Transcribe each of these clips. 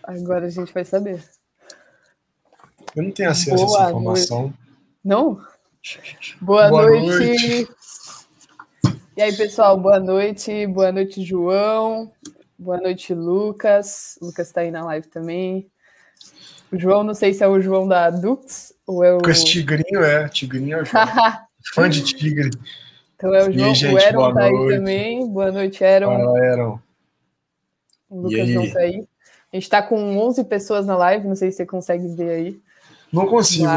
Agora a gente vai saber. Eu não tenho acesso a essa informação. Noite. Não? Boa noite. E aí, pessoal, boa noite. Boa noite, João. Boa noite, Lucas. O Lucas está aí na live também. O João, não sei se é o João da Dux ou é o... Lucas Tigrinho, Tigrinho é o João. Fã de tigre. Então é o João. Aí, gente, o Eron tá aí também. Boa noite, Eron. Fala, Eron. O Lucas não tá aí. A gente tá com 11 pessoas na live, não sei se você consegue ver aí. Não consigo.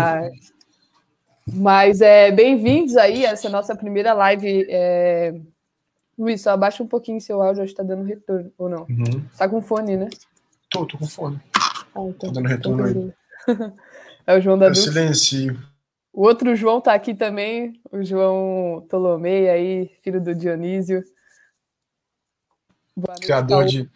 Mas bem-vindos aí a essa nossa primeira live. Luiz, só abaixa um pouquinho seu áudio, acho que tá dando retorno, ou não? Uhum. Tá com fone, né? Tô com fone. Então, tô dando retorno aí. É o João da Eu Dux. silencio. O outro João tá aqui também, o João Tolomei aí, filho do Dionísio. Boa noite, criador de...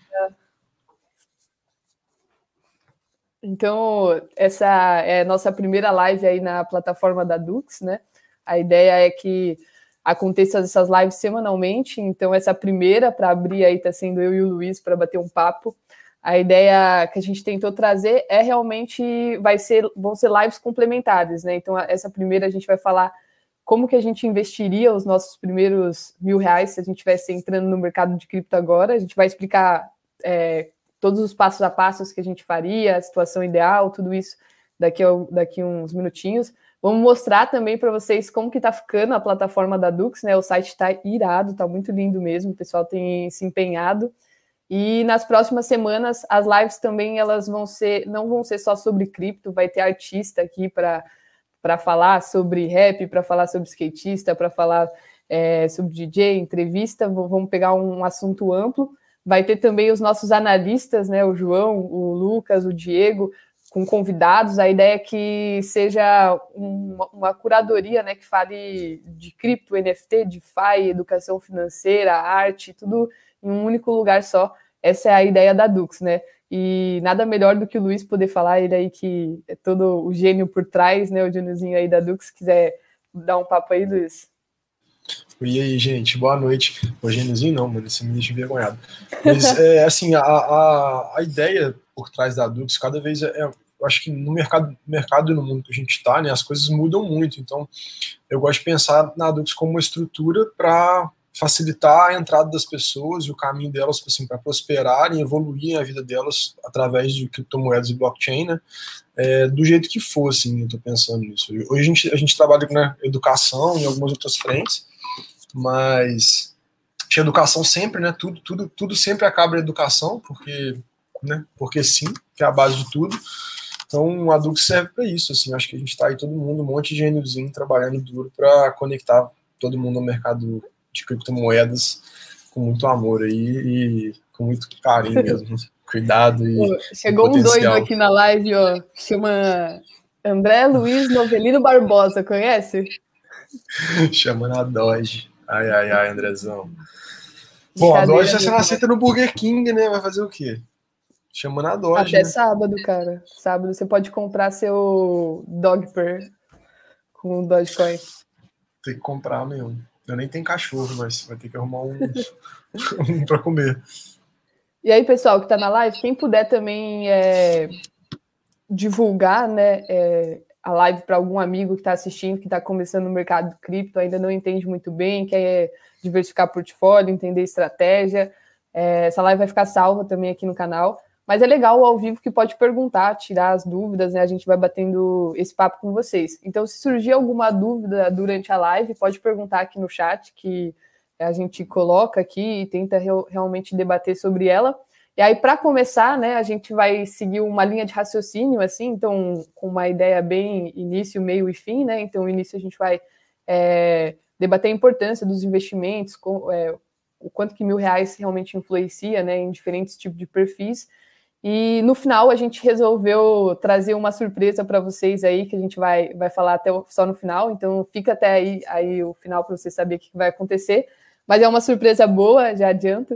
Então, essa é a nossa primeira live aí na plataforma da Dux, né? A ideia é que aconteça essas lives semanalmente, então essa primeira para abrir aí tá sendo eu e o Luiz para bater um papo. A ideia que a gente tentou trazer é realmente vão ser lives complementares, né? Então essa primeira a gente vai falar como que a gente investiria os nossos primeiros R$1.000 se a gente estivesse entrando no mercado de cripto agora. A gente vai explicar todos os passos a passos que a gente faria, a situação ideal, tudo isso daqui uns minutinhos. Vamos mostrar também para vocês como que está ficando a plataforma da Dux, né? O site está irado, está muito lindo mesmo, o pessoal tem se empenhado. E nas próximas semanas, as lives também elas não vão ser só sobre cripto, vai ter artista aqui para falar sobre rap, para falar sobre skatista, para falar sobre DJ, entrevista, vamos pegar um assunto amplo. Vai ter também os nossos analistas, né? O João, o Lucas, o Diego, com convidados. A ideia é que seja uma curadoria, né? Que fale de cripto, NFT, DeFi, educação financeira, arte, tudo em um único lugar só. Essa é a ideia da Dux, né? E nada melhor do que o Luiz poder falar, ele aí que é todo o gênio por trás, né? O Dioniozinho aí da Dux, se quiser dar um papo aí, Luiz. E aí, gente, boa noite. O gêniozinho não, mano, esse me deixa envergonhado. Mas, assim, a ideia por trás da Dux, cada vez eu acho que no mercado e no mundo que a gente está, né, as coisas mudam muito. Então, eu gosto de pensar na Dux como uma estrutura para facilitar a entrada das pessoas e o caminho delas, assim, para prosperarem, evoluírem a vida delas através de criptomoedas e blockchain, né? Do jeito que for, assim, eu estou pensando nisso. Hoje a gente trabalha com educação e algumas outras frentes, mas a educação sempre, né? Tudo sempre acaba em educação, porque sim, que é a base de tudo. Então a Dux serve para isso, assim. Acho que a gente está aí todo mundo, um monte de gêniozinho trabalhando duro para conectar todo mundo ao mercado de criptomoedas com muito amor aí e com muito carinho mesmo. Cuidado e chegou um doido aqui na live, ó. Chama André Luiz Novelino Barbosa, conhece? Chamando a Doge. Ai, Andrezão. Bom, a Doge você não aceita no Burger King, né? Vai fazer o quê? Chamando a Doge, até sábado, cara. Sábado você pode comprar seu Dogper com o Dogecoin. Tem que comprar mesmo. Eu nem tenho cachorro, mas vai ter que arrumar um para comer. E aí, pessoal que está na live, quem puder também divulgar, né, a live para algum amigo que está assistindo, que está começando no mercado de cripto, ainda não entende muito bem, quer diversificar portfólio, entender estratégia. Essa live vai ficar salva também aqui no canal. Mas é legal o ao vivo que pode perguntar, tirar as dúvidas, né? A gente vai batendo esse papo com vocês. Então, se surgir alguma dúvida durante a live, pode perguntar aqui no chat, que a gente coloca aqui e tenta realmente debater sobre ela. E aí, para começar, né, a gente vai seguir uma linha de raciocínio, assim, então, com uma ideia bem início, meio e fim, né? Então, no início a gente vai debater a importância dos investimentos, o quanto que R$1.000 realmente influencia, né, em diferentes tipos de perfis. E no final a gente resolveu trazer uma surpresa para vocês aí, que a gente vai falar até só no final, então fica até aí o final para você saber o que vai acontecer. Mas é uma surpresa boa, já adianto,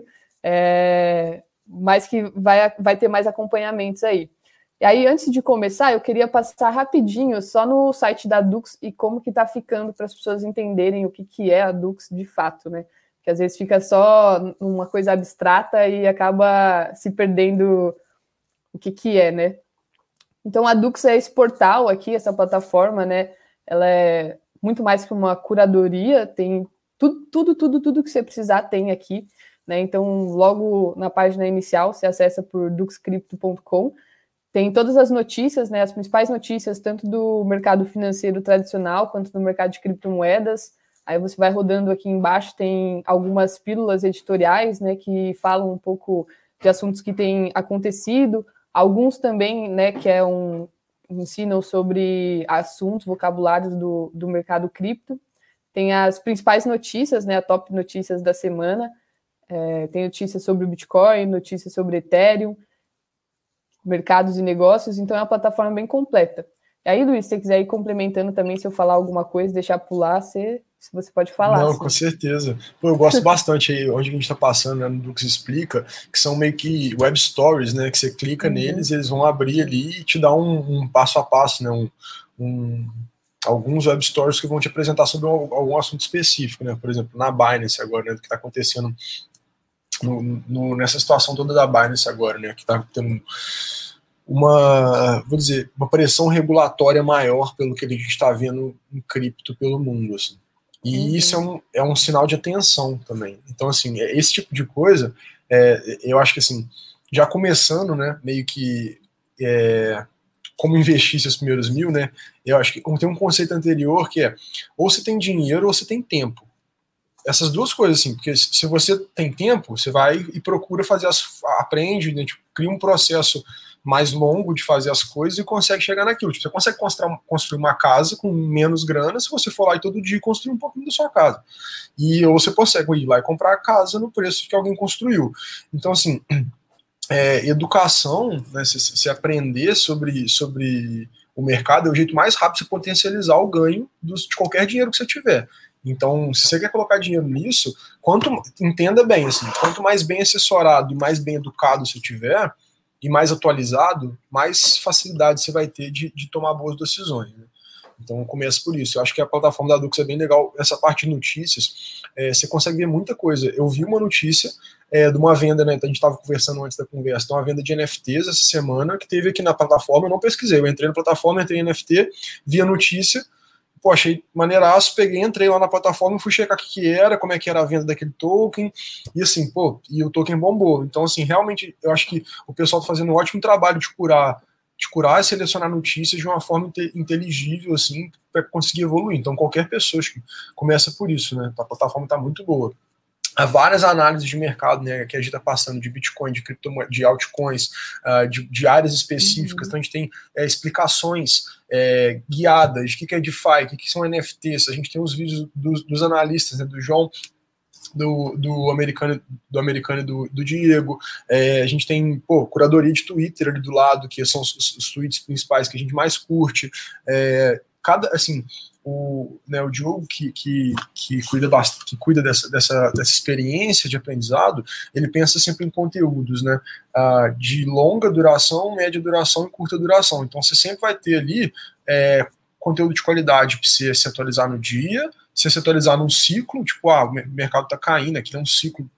mas que vai ter mais acompanhamentos aí. E aí, antes de começar, eu queria passar rapidinho só no site da Dux e como que está ficando para as pessoas entenderem o que é a Dux de fato, né? Que às vezes fica só uma coisa abstrata e acaba se perdendo o que que é, né? Então, a Dux é esse portal aqui, essa plataforma, né? Ela é muito mais que uma curadoria, tem tudo que você precisar tem aqui, né? Então, logo na página inicial, você acessa por duxcrypto.com, tem todas as notícias, né? As principais notícias, tanto do mercado financeiro tradicional, quanto do mercado de criptomoedas. Aí você vai rodando aqui embaixo, tem algumas pílulas editoriais, né? Que falam um pouco de assuntos que têm acontecido, alguns também, né, que ensinam sobre assuntos, vocabulários do mercado cripto. Tem as principais notícias, né, a top notícias da semana. Tem notícias sobre o Bitcoin, notícias sobre Ethereum, mercados e negócios. Então é uma plataforma bem completa. E aí, Luiz, se você quiser ir complementando também, se eu falar alguma coisa, deixar pular, se você pode falar. Não, assim. Com certeza. Pô, eu gosto bastante aí, onde a gente está passando, né, no Dux Explica, que são meio que web stories, né, que você clica neles, eles vão abrir ali e te dar um passo a passo, né, alguns web stories que vão te apresentar sobre algum assunto específico, né, por exemplo, na Binance agora, né, do que está acontecendo nessa situação toda da Binance agora, né, que está tendo uma pressão regulatória maior pelo que a gente está vendo em cripto pelo mundo, assim. E isso é um sinal de atenção também. Então, assim, esse tipo de coisa, eu acho que, assim, já começando, né, meio que como investir seus primeiros 1.000, né, eu acho que tem um conceito anterior que é ou você tem dinheiro ou você tem tempo. Essas duas coisas, assim, porque se você tem tempo, você vai e procura fazer aprende, né, tipo, cria um processo mais longo de fazer as coisas e consegue chegar naquilo. Tipo, você consegue construir uma casa com menos grana se você for lá e todo dia construir um pouquinho da sua casa. Ou você consegue ir lá e comprar a casa no preço que alguém construiu. Então, assim, educação, né, se aprender sobre o mercado é o jeito mais rápido de você potencializar o ganho de qualquer dinheiro que você tiver. Então, se você quer colocar dinheiro nisso, entenda bem, assim, quanto mais bem assessorado e mais bem educado você tiver, e mais atualizado, mais facilidade você vai ter de tomar boas decisões, né? Então, começa por isso. Eu acho que a plataforma da Dux é bem legal. Essa parte de notícias, você consegue ver muita coisa. Eu vi uma notícia de uma venda, né? A gente estava conversando antes da conversa, de uma venda de NFTs essa semana, que teve aqui na plataforma. Eu não pesquisei, eu entrei na plataforma, entrei em NFT, vi a notícia, pô, achei maneiraço, peguei, entrei lá na plataforma e fui checar o que era, como é que era a venda daquele token, e assim, pô, e o token bombou. Então, assim, realmente, eu acho que o pessoal tá fazendo um ótimo trabalho de curar e selecionar notícias de uma forma inteligível, assim, para conseguir evoluir. Então, qualquer pessoa acho que começa por isso, né? A plataforma tá muito boa. Há várias análises de mercado, né, que a gente está passando de Bitcoin, de criptomoedas, de altcoins, de áreas específicas. Então a gente tem explicações guiadas de que é DeFi, o que são NFTs. A gente tem os vídeos dos analistas, né, do João, do americano e do Diego. A gente tem curadoria de Twitter ali do lado, que são os tweets principais que a gente mais curte. Assim, o Diogo, que cuida dessa experiência de aprendizado, ele pensa sempre em conteúdos, né, de longa duração, média duração e curta duração. Então você sempre vai ter ali conteúdo de qualidade para você se atualizar no dia, se atualizar num ciclo, tipo, o mercado está caindo, aqui tem um ciclo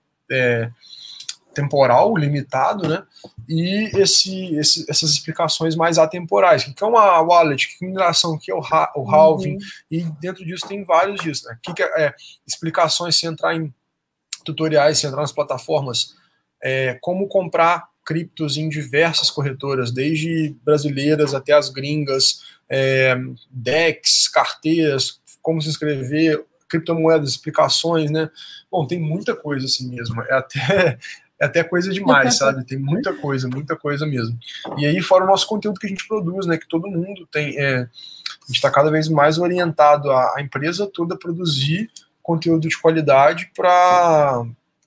temporal, limitado, né? E essas explicações mais atemporais. O que é uma wallet, o que é mineração, o que é o halving, e dentro disso tem vários disso, né? O que é explicações, se entrar em tutoriais, se entrar nas plataformas, como comprar criptos em diversas corretoras, desde brasileiras até as gringas, DEX, carteiras, como se inscrever, criptomoedas, explicações, né? Bom, tem muita coisa assim mesmo. É até coisa demais, sabe? Tem muita coisa mesmo. E aí, fora o nosso conteúdo que a gente produz, né? Que todo mundo tem. A gente está cada vez mais orientado a empresa toda a produzir conteúdo de qualidade para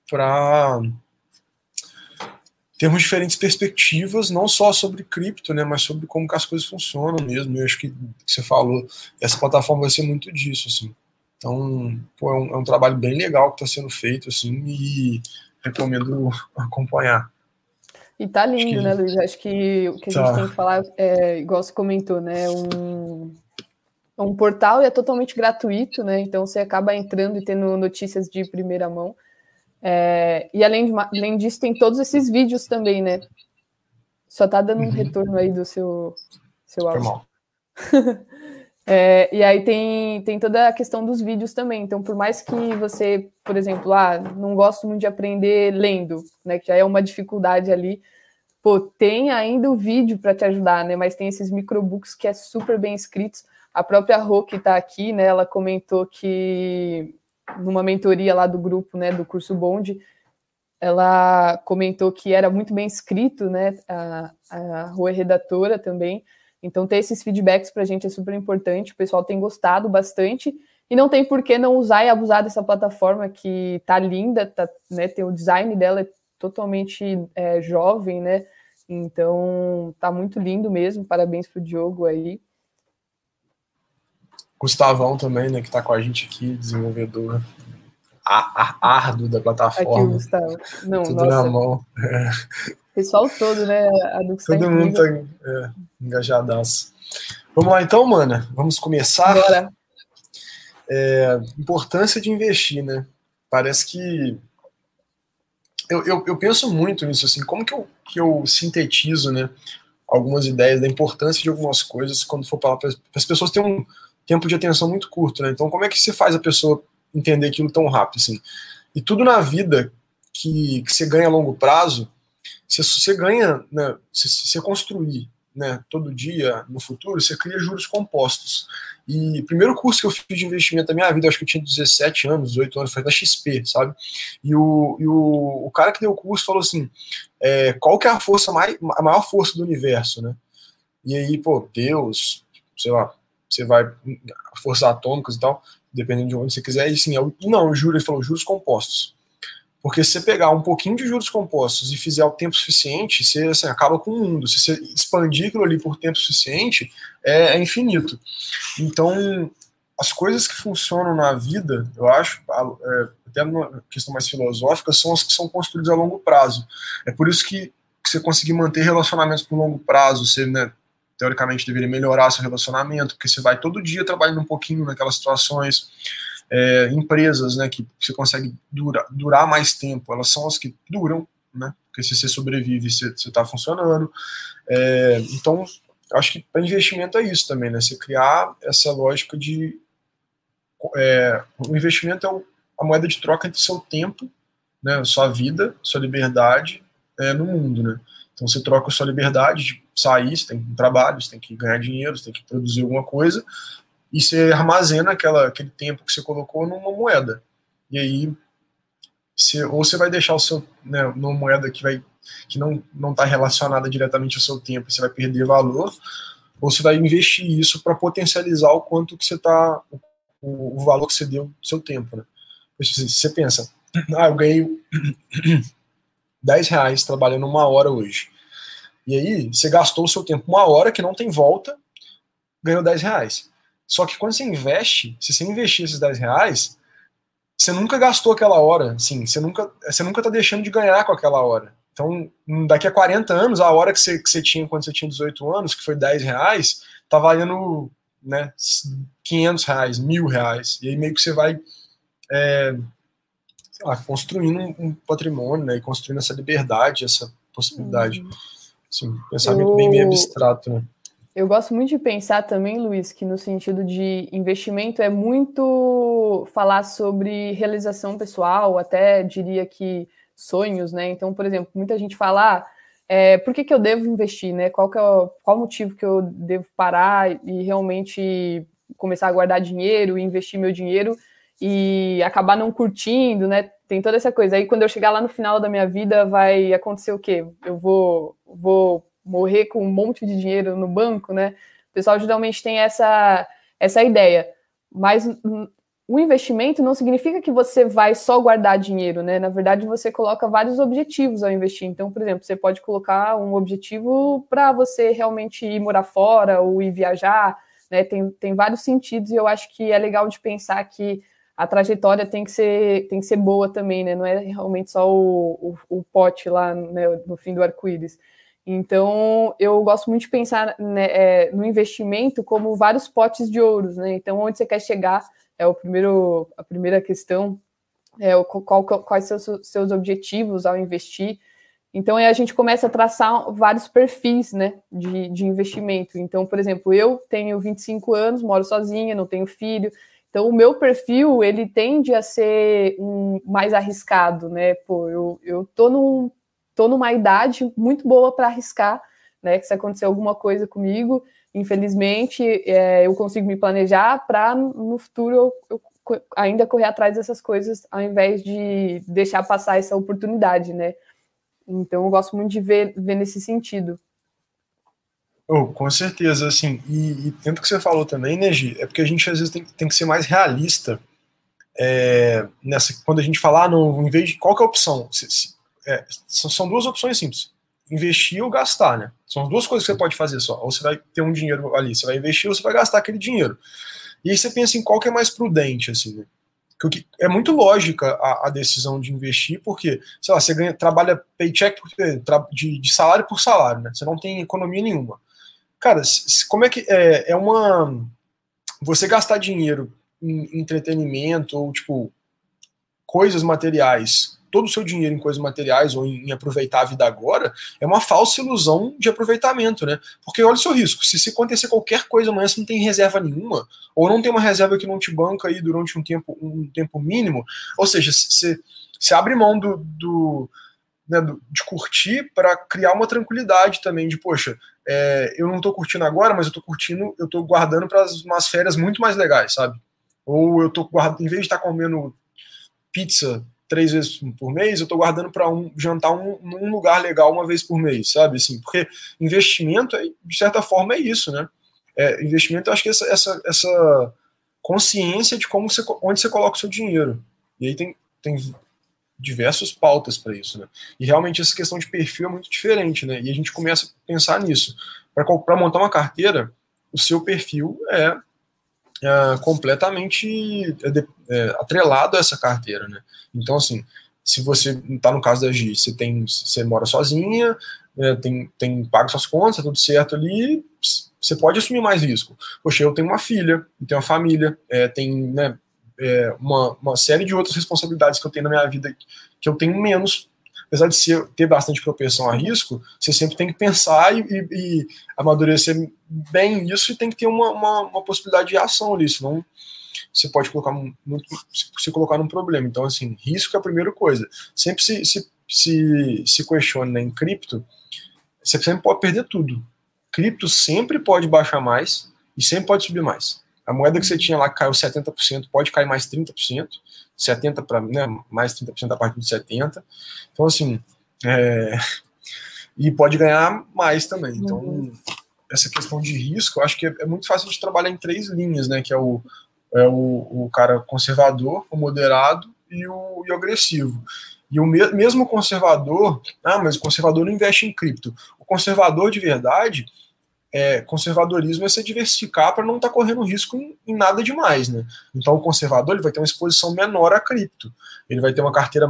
termos diferentes perspectivas, não só sobre cripto, né? Mas sobre como que as coisas funcionam mesmo. Eu acho que você falou, essa plataforma vai ser muito disso, assim. Então, é um trabalho bem legal que está sendo feito, assim, e recomendo acompanhar. E tá lindo, né, Luiz? Acho que o que a gente tem que falar é, igual você comentou, né, um portal e é totalmente gratuito, né, então você acaba entrando e tendo notícias de primeira mão. E além disso, tem todos esses vídeos também, né, Só tá dando um retorno aí do seu áudio. Mal. E aí tem toda a questão dos vídeos também. Então, por mais que você, por exemplo, não gosto muito de aprender lendo, né, que já é uma dificuldade ali, pô, tem ainda o vídeo para te ajudar, né? Mas tem esses microbooks que é super bem escritos. A própria Rô, que está aqui, né, ela comentou que numa mentoria lá do grupo, né, do curso Bond, ela comentou que era muito bem escrito, né? A Rô é redatora também. Então, ter esses feedbacks para a gente é super importante. O pessoal tem gostado bastante. E não tem por que não usar e abusar dessa plataforma que tá linda, né? Tem o design dela é totalmente jovem, né? Então, tá muito lindo mesmo. Parabéns pro Diogo aí. Gustavão também, né? Que tá com a gente aqui, desenvolvedor árduo da plataforma. Aqui o Gustavo. Não, tudo nossa, na mão. Pessoal todo, né? Todo mundo tá engajadaço. Vamos lá então, mana. Vamos começar. Bora. Importância de investir, né? Parece que eu penso muito nisso, assim, como que eu sintetizo, né, algumas ideias da importância de algumas coisas quando for falar para as pessoas têm um tempo de atenção muito curto, né? Então, como é que você faz a pessoa entender aquilo tão rápido, assim? E tudo na vida que você ganha a longo prazo, você ganha, né, se você construir, né, todo dia no futuro, você cria juros compostos. E o primeiro curso que eu fiz de investimento da minha vida, acho que eu tinha 17 anos, 18 anos, foi da XP, sabe? E o cara que deu o curso falou assim, qual que é a maior força do universo, né? E aí, pô, Deus, sei lá, você vai, forças atômicas e tal, dependendo de onde você quiser, e assim, não, ele falou juros compostos. Porque se você pegar um pouquinho de juros compostos e fizer o tempo suficiente, você assim, acaba com o mundo. Se você expandir aquilo ali por tempo suficiente, é infinito. Então, as coisas que funcionam na vida, eu acho, até numa questão mais filosófica, são as que são construídas a longo prazo. É por isso que você conseguir manter relacionamentos por longo prazo, você, né, teoricamente deveria melhorar seu relacionamento, porque você vai todo dia trabalhando um pouquinho naquelas situações. Empresas, né, que você consegue durar mais tempo, elas são as que duram, né, porque se você sobrevive, você está funcionando. Então, acho que para investimento é isso também, né, você criar essa lógica de o investimento é a moeda de troca entre seu tempo, né, sua vida, sua liberdade no mundo, né. Então você troca a sua liberdade de sair, você tem um trabalho, você tem que ganhar dinheiro, você tem que produzir alguma coisa, e você armazena aquele tempo que você colocou numa moeda. E aí, ou você vai deixar o seu, né, numa moeda que não está relacionada diretamente ao seu tempo, você vai perder valor, ou você vai investir isso para potencializar o quanto que você está, o valor que você deu do seu tempo. Né? Você pensa, eu ganhei R$10 trabalhando 1 hora hoje. E aí, você gastou o seu tempo 1 hora, que não tem volta, ganhou R$10. Só que quando você investe, se você investir esses R$10, você nunca gastou aquela hora, assim, você nunca tá deixando de ganhar com aquela hora. Então, daqui a 40 anos, a hora que você tinha quando você tinha 18 anos, que foi R$10, tá valendo, né, R$500, R$1.000. E aí meio que você vai sei lá, construindo um patrimônio, né, e construindo essa liberdade, essa possibilidade. Assim, pensamento bem meio abstrato, né? Eu gosto muito de pensar também, Luiz, que no sentido de investimento é muito falar sobre realização pessoal, até diria que sonhos, né? Então, por exemplo, muita gente fala, por que eu devo investir, né? Qual o motivo que eu devo parar e realmente começar a guardar dinheiro, investir meu dinheiro e acabar não curtindo, né? Tem toda essa coisa. Aí, quando eu chegar lá no final da minha vida, vai acontecer o quê? Eu vou morrer com um monte de dinheiro no banco, né? O pessoal geralmente tem essa ideia. Mas o investimento não significa que você vai só guardar dinheiro, né? Na verdade, você coloca vários objetivos ao investir. Então, por exemplo, você pode colocar um objetivo para você realmente ir morar fora ou ir viajar, né? Tem vários sentidos e eu acho que é legal de pensar que a trajetória tem que ser boa também, né? Não é realmente só o pote lá, né, no fim do arco-íris. Então, eu gosto muito de pensar, né, no investimento como vários potes de ouros, né? Então, onde você quer chegar é a primeira questão, quais são os seus objetivos ao investir. Então, aí a gente começa a traçar vários perfis, né, de investimento. Então, por exemplo, eu tenho 25 anos, moro sozinha, não tenho filho. Então, o meu perfil, ele tende a ser mais arriscado, né? Pô, eu tô numa idade muito boa para arriscar, né? Que se acontecer alguma coisa comigo, infelizmente, eu consigo me planejar para no futuro eu ainda correr atrás dessas coisas, ao invés de deixar passar essa oportunidade, né? Então, eu gosto muito de ver nesse sentido. Com certeza, assim, e dentro do que você falou também, né, Gi, é porque a gente às vezes tem que ser mais realista quando a gente fala, não, em vez de, qual que é a opção? São duas opções simples, investir ou gastar, né? São as duas coisas que você pode fazer só, ou você vai ter um dinheiro ali, você vai investir ou você vai gastar aquele dinheiro. E aí você pensa em qual que é mais prudente, assim, né? Porque é muito lógica a decisão de investir, porque, sei lá, você trabalha paycheck de salário por salário, né? Você não tem economia nenhuma. Cara, como é que você gastar dinheiro em entretenimento ou tipo coisas materiais, todo o seu dinheiro em coisas materiais ou em aproveitar a vida agora, é uma falsa ilusão de aproveitamento, né? Porque olha o seu risco, se acontecer qualquer coisa amanhã, você não tem reserva nenhuma, ou não tem uma reserva que não te banca aí durante um tempo mínimo, ou seja, você abre mão de curtir para criar uma tranquilidade também de, poxa, eu não estou curtindo agora, mas eu estou guardando para umas férias muito mais legais, sabe? Ou eu estou guardando, em vez de estar comendo pizza 3 vezes por mês, eu estou guardando para jantar num lugar legal uma vez por mês, sabe? Assim, porque investimento, de certa forma, é isso, né? Investimento, eu acho que essa consciência de onde você coloca o seu dinheiro. E aí tem diversas pautas para isso, né? E realmente essa questão de perfil é muito diferente, né? E a gente começa a pensar nisso. Para montar uma carteira, o seu perfil é completamente atrelado a essa carteira, né? Então, assim, se você está no caso da Gi, você mora sozinha, paga suas contas, tá tudo certo ali, você pode assumir mais risco. Poxa, eu tenho uma filha, eu tenho uma família, né, uma série de outras responsabilidades que eu tenho na minha vida que eu tenho menos. Apesar de ter bastante propensão a risco, você sempre tem que pensar e amadurecer bem isso e tem que ter uma possibilidade de ação ali, senão você pode se colocar num problema. Então, assim, risco é a primeira coisa. Sempre se questione, né, em cripto, você sempre pode perder tudo. Cripto sempre pode baixar mais e sempre pode subir mais. A moeda que você tinha lá que caiu 70%, pode cair mais 30%, 70% para, né, mais 30% a partir de 70%. Então, assim, e pode ganhar mais também. Então, essa questão de risco, eu acho que é muito fácil de trabalhar em 3 linhas, né, que é o cara conservador, o moderado e o agressivo. E o mesmo conservador, mas o conservador não investe em cripto. O conservador de verdade, conservadorismo é se diversificar para não estar correndo risco em nada demais, né? Então o conservador ele vai ter uma exposição menor a cripto, ele vai ter uma carteira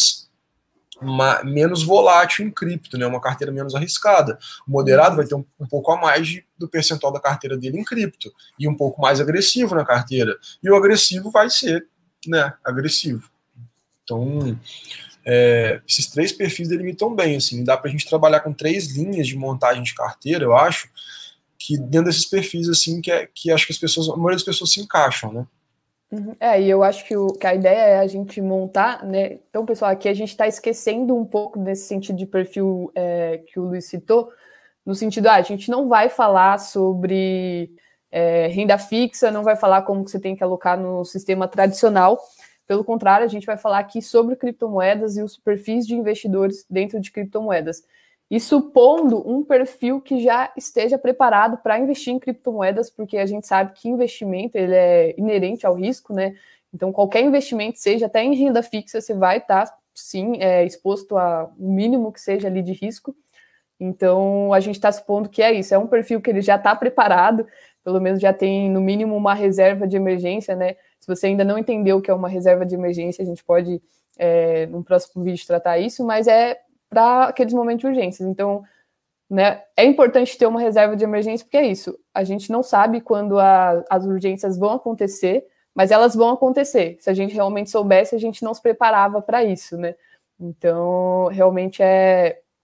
menos volátil em cripto, né? Uma carteira menos arriscada. O moderado vai ter um pouco a mais do percentual da carteira dele em cripto e um pouco mais agressivo na carteira. E o agressivo vai ser, né, agressivo. Então esses 3 perfis delimitam bem, assim, dá para a gente trabalhar com 3 linhas de montagem de carteira, eu acho, que dentro desses perfis, assim, que acho que a maioria das pessoas se encaixam, né? E eu acho que a ideia é a gente montar, né? Então, pessoal, aqui a gente está esquecendo um pouco desse sentido de perfil que o Luiz citou, no sentido, a gente não vai falar sobre renda fixa, não vai falar como que você tem que alocar no sistema tradicional. Pelo contrário, a gente vai falar aqui sobre criptomoedas e os perfis de investidores dentro de criptomoedas. E supondo um perfil que já esteja preparado para investir em criptomoedas, porque a gente sabe que investimento ele é inerente ao risco, né? Então, qualquer investimento, seja até em renda fixa, você vai estar, sim, exposto a um mínimo que seja ali de risco. Então, a gente está supondo que é isso, é um perfil que ele já está preparado, pelo menos já tem, no mínimo, uma reserva de emergência, né? Se você ainda não entendeu o que é uma reserva de emergência, a gente pode, no próximo vídeo, tratar isso, mas para aqueles momentos de urgências. Então, né, é importante ter uma reserva de emergência, porque é isso, a gente não sabe quando as urgências vão acontecer, mas elas vão acontecer. Se a gente realmente soubesse, a gente não se preparava para isso, né? Então, realmente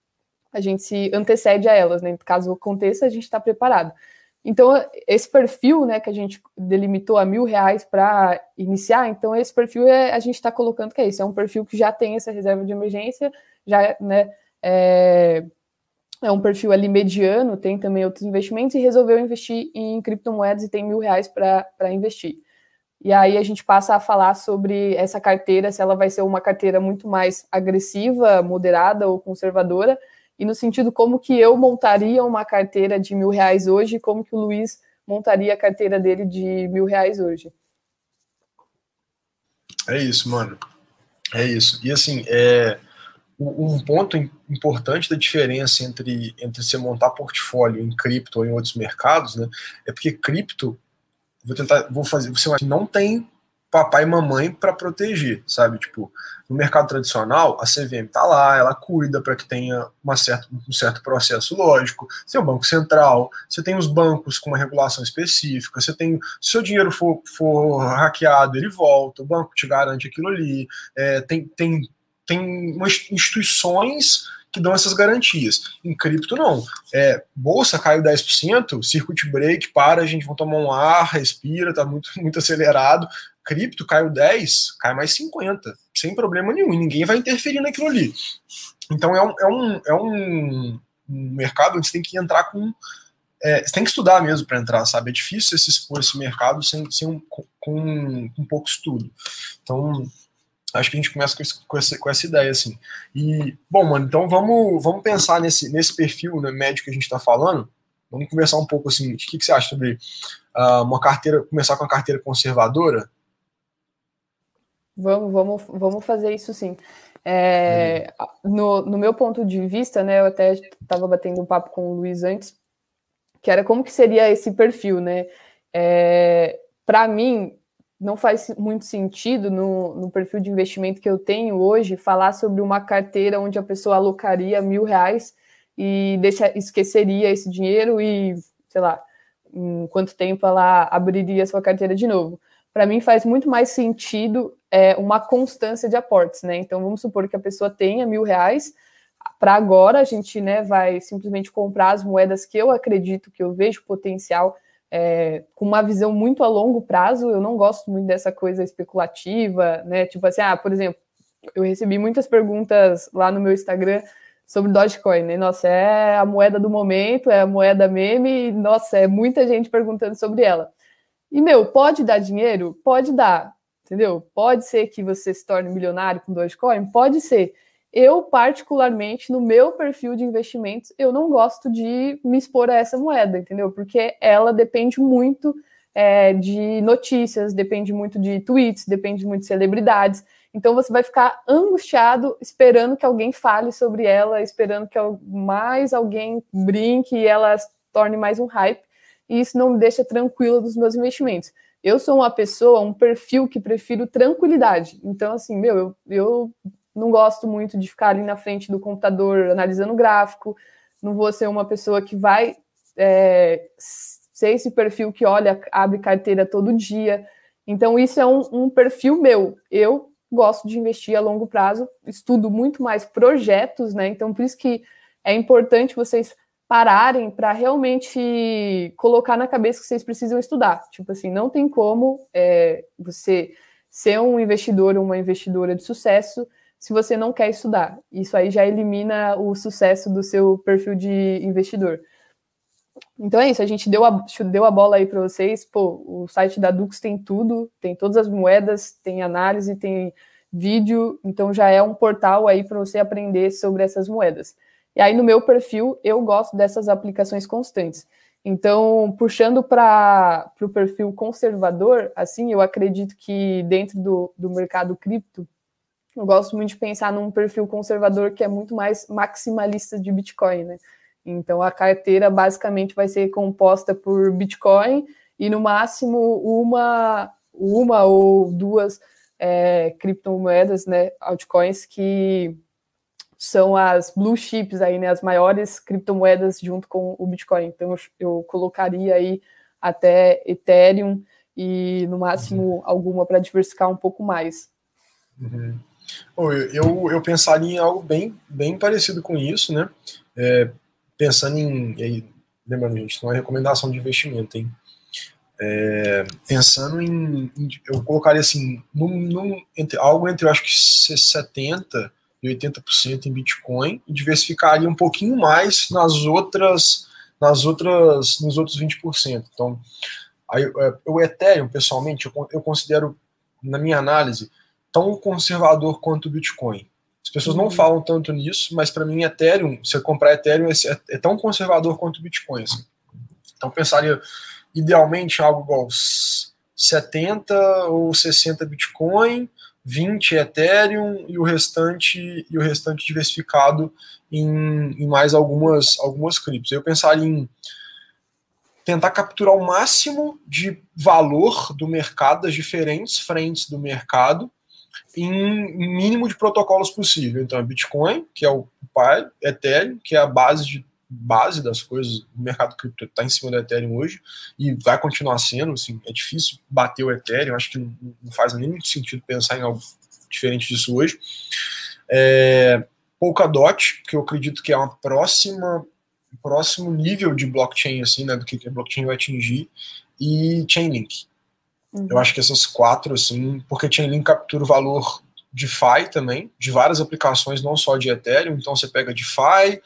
a gente se antecede a elas, né? Caso aconteça, a gente está preparado. Então, esse perfil, né, que a gente delimitou a R$1.000 para iniciar, então esse perfil a gente está colocando que é isso, é um perfil que já tem essa reserva de emergência, já, né, é um perfil ali mediano, tem também outros investimentos e resolveu investir em criptomoedas e tem R$1.000 para investir. E aí a gente passa a falar sobre essa carteira, se ela vai ser uma carteira muito mais agressiva, moderada ou conservadora, e no sentido como que eu montaria uma carteira de R$1.000 hoje, como que o Luiz montaria a carteira dele de R$1.000 hoje. É isso, mano. É isso. E assim, um ponto importante da diferença entre você montar portfólio em cripto ou em outros mercados, né, é porque cripto, você não tem papai e mamãe para proteger, sabe? Tipo, no mercado tradicional, a CVM tá lá, ela cuida para que tenha um certo processo lógico. Você tem o Banco Central, você tem os bancos com uma regulação específica, você tem, se o seu dinheiro for hackeado, ele volta, o banco te garante aquilo ali, tem umas instituições que dão essas garantias. Em cripto, não. Bolsa caiu 10%, circuit break, a gente vai tomar um ar, respira, tá muito, muito acelerado. Cripto caiu 10%, cai mais 50%, sem problema nenhum, e ninguém vai interferir naquilo ali. Então é um mercado onde você tem que entrar com... você tem que estudar mesmo para entrar, sabe? É difícil você se expor esse mercado com pouco estudo. Então... acho que a gente começa com essa ideia, assim. E, bom, mano, então vamos pensar nesse perfil, né, médio que a gente está falando. Vamos conversar um pouco, assim, o que você acha sobre uma carteira, começar com uma carteira conservadora? Vamos fazer isso sim. No meu ponto de vista, né, eu até estava batendo um papo com o Luiz antes, que era como que seria esse perfil, né? Para mim, não faz muito sentido no perfil de investimento que eu tenho hoje falar sobre uma carteira onde a pessoa alocaria R$1.000 e esqueceria esse dinheiro e, sei lá, em quanto tempo ela abriria sua carteira de novo. Para mim faz muito mais sentido uma constância de aportes, né? Então vamos supor que a pessoa tenha R$1.000, para agora a gente, né, vai simplesmente comprar as moedas que eu acredito, que eu vejo potencial, com uma visão muito a longo prazo. Eu não gosto muito dessa coisa especulativa, né? Tipo assim, por exemplo, eu recebi muitas perguntas lá no meu Instagram sobre Dogecoin, né? Nossa, é a moeda do momento, é a moeda meme, e, nossa, é muita gente perguntando sobre ela. E, pode dar dinheiro? Pode dar, entendeu? Pode ser que você se torne milionário com Dogecoin? Pode ser. Eu, particularmente, no meu perfil de investimentos, eu não gosto de me expor a essa moeda, entendeu? Porque ela depende muito de notícias, depende muito de tweets, depende muito de celebridades. Então, você vai ficar angustiado esperando que alguém fale sobre ela, esperando que mais alguém brinque e ela torne mais um hype. E isso não me deixa tranquila dos meus investimentos. Eu sou uma pessoa, um perfil que prefiro tranquilidade. Então, assim, eu não gosto muito de ficar ali na frente do computador analisando gráfico, não vou ser uma pessoa que vai ser esse perfil que olha, abre carteira todo dia. Então, isso é um perfil meu. Eu gosto de investir a longo prazo, estudo muito mais projetos, né? Então, por isso que é importante vocês pararem para realmente colocar na cabeça que vocês precisam estudar. Tipo assim, não tem como você ser um investidor ou uma investidora de sucesso se você não quer estudar. Isso aí já elimina o sucesso do seu perfil de investidor. Então é isso, a gente deu a bola aí para vocês. Pô, o site da Dux tem tudo, tem todas as moedas, tem análise, tem vídeo, então já é um portal aí para você aprender sobre essas moedas. E aí no meu perfil eu gosto dessas aplicações constantes. Então, puxando para o perfil conservador, assim, eu acredito que dentro do mercado cripto, eu gosto muito de pensar num perfil conservador que é muito mais maximalista de Bitcoin, né? Então, a carteira basicamente vai ser composta por Bitcoin e, no máximo, uma ou duas criptomoedas, né, altcoins, que são as blue chips aí, né, as maiores criptomoedas junto com o Bitcoin. Então, eu colocaria aí até Ethereum e, no máximo, alguma para diversificar um pouco mais. Uhum. Eu pensaria em algo bem parecido com isso, né? Pensando lembrando, gente, não é recomendação de investimento, hein? Pensando eu colocaria assim, algo entre, eu acho que 70% e 80% em Bitcoin, e diversificaria um pouquinho mais nos outros 20%. Então, o Ethereum, pessoalmente, eu considero, na minha análise, tão conservador quanto o Bitcoin. As pessoas não falam tanto nisso, mas para mim, Ethereum, se eu comprar Ethereum, é tão conservador quanto o Bitcoin. Assim. Então, pensaria, idealmente, algo igual 70 ou 60 Bitcoin, 20 Ethereum e o restante diversificado em mais algumas criptos. Eu pensaria em tentar capturar o máximo de valor do mercado, das diferentes frentes do mercado, em mínimo de protocolos possível. Então, Bitcoin, que é o pai, Ethereum, que é a base das coisas, o mercado cripto está em cima do Ethereum hoje, e vai continuar sendo, assim, é difícil bater o Ethereum, acho que não faz nenhum sentido pensar em algo diferente disso hoje. Polkadot, que eu acredito que é uma próximo nível de blockchain, assim, né, do que a blockchain vai atingir, e Chainlink. Eu acho que essas 4, assim, porque Chainlink captura o valor DeFi também, de várias aplicações, não só de Ethereum. Então você pega DeFi,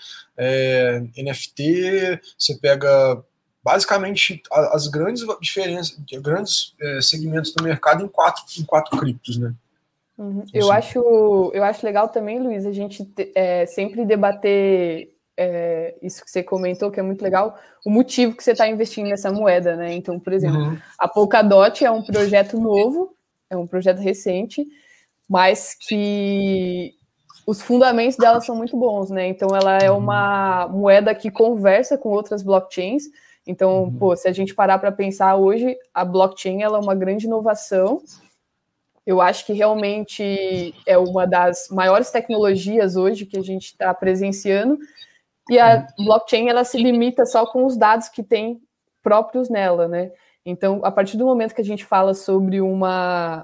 NFT, você pega basicamente as grandes diferenças, grandes segmentos do mercado em quatro criptos, né? Eu acho legal também, Luiz, a gente sempre debater isso que você comentou, que é muito legal, o motivo que você está investindo nessa moeda, né? Então, por exemplo, a Polkadot é um projeto novo, é um projeto recente, mas que os fundamentos dela são muito bons, né? Então, ela é uma moeda que conversa com outras blockchains. Então, se a gente parar para pensar hoje, a blockchain ela é uma grande inovação. Eu acho que realmente é uma das maiores tecnologias hoje que a gente está presenciando. E a blockchain, ela se limita só com os dados que tem próprios nela, né? Então, a partir do momento que a gente fala sobre uma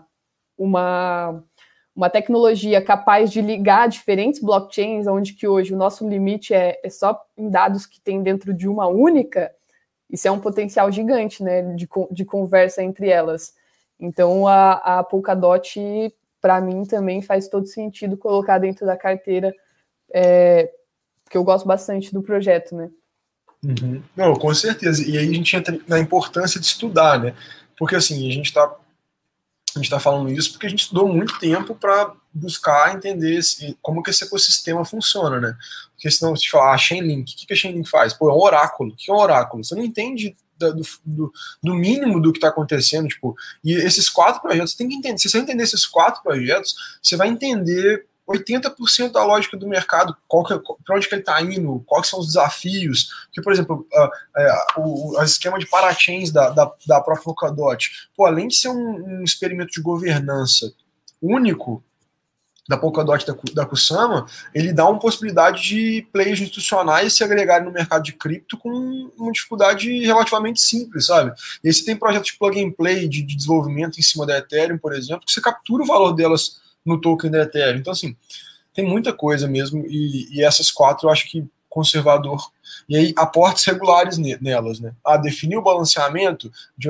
tecnologia capaz de ligar diferentes blockchains, onde que hoje o nosso limite é só em dados que tem dentro de uma única, isso é um potencial gigante, né, de conversa entre elas. Então, a Polkadot, para mim, também faz todo sentido colocar dentro da carteira, porque eu gosto bastante do projeto, né? Não, com certeza. E aí a gente entra na importância de estudar, né? Porque, assim, a gente está falando isso porque a gente estudou muito tempo para buscar entender como que esse ecossistema funciona, né? Porque senão você fala, Chainlink, o que a Chainlink faz? Pô, é um oráculo. O que é um oráculo? Você não entende do mínimo do que está acontecendo, tipo, e esses 4 projetos, você tem que entender, se você entender esses 4 projetos, você vai entender 80% da lógica do mercado, para onde que ele está indo, quais são os desafios, que, por exemplo, o esquema de parachains da própria Polkadot, além de ser um experimento de governança único, da Polkadot da Kusama, ele dá uma possibilidade de players institucionais se agregarem no mercado de cripto com uma dificuldade relativamente simples, sabe? E aí você tem projetos de plug and play, de desenvolvimento em cima da Ethereum, por exemplo, que você captura o valor delas no token da Ethereum. Então, assim, tem muita coisa mesmo, e essas 4 eu acho que conservador. E aí, aportes regulares nelas, né? Definir o balanceamento de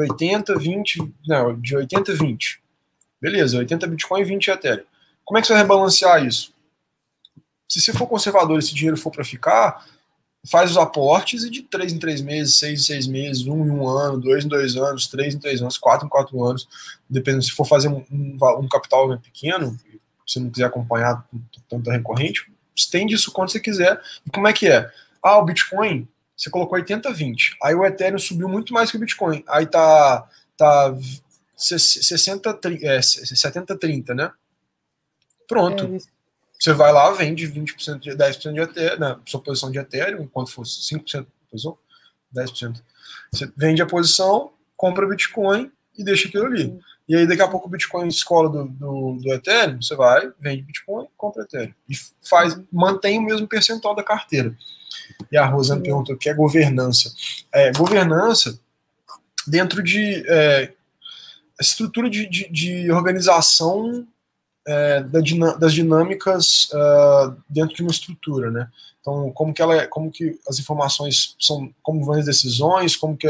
80-20. Beleza, 80 Bitcoin e 20 Ethereum. Como é que você vai rebalancear isso? Se você for conservador e esse dinheiro for para ficar, faz os aportes e de 3 em 3 meses, 6 em 6 meses, 1 em 1 ano, 2 em 2 anos, 3 em 3 anos, 4 em 4 anos, dependendo se for fazer um capital pequeno, se não quiser acompanhar tanta recorrente, estende isso quanto você quiser. E como é que é? O Bitcoin, você colocou 80-20, aí o Ethereum subiu muito mais que o Bitcoin, aí tá 70-30, né? Pronto. Você vai lá, vende 20%, 10% de Ethereum, na sua posição de Ethereum, enquanto fosse 5% da posição, 10%. Você vende a posição, compra Bitcoin e deixa aquilo ali. E aí, daqui a pouco, o Bitcoin escola do Ethereum, você vai, vende Bitcoin, compra Ethereum. E mantém o mesmo percentual da carteira. E a Rosana perguntou o que é governança. Governança dentro de estrutura de organização das dinâmicas dentro de uma estrutura, né? Então, como que as informações são, como vão as decisões, como que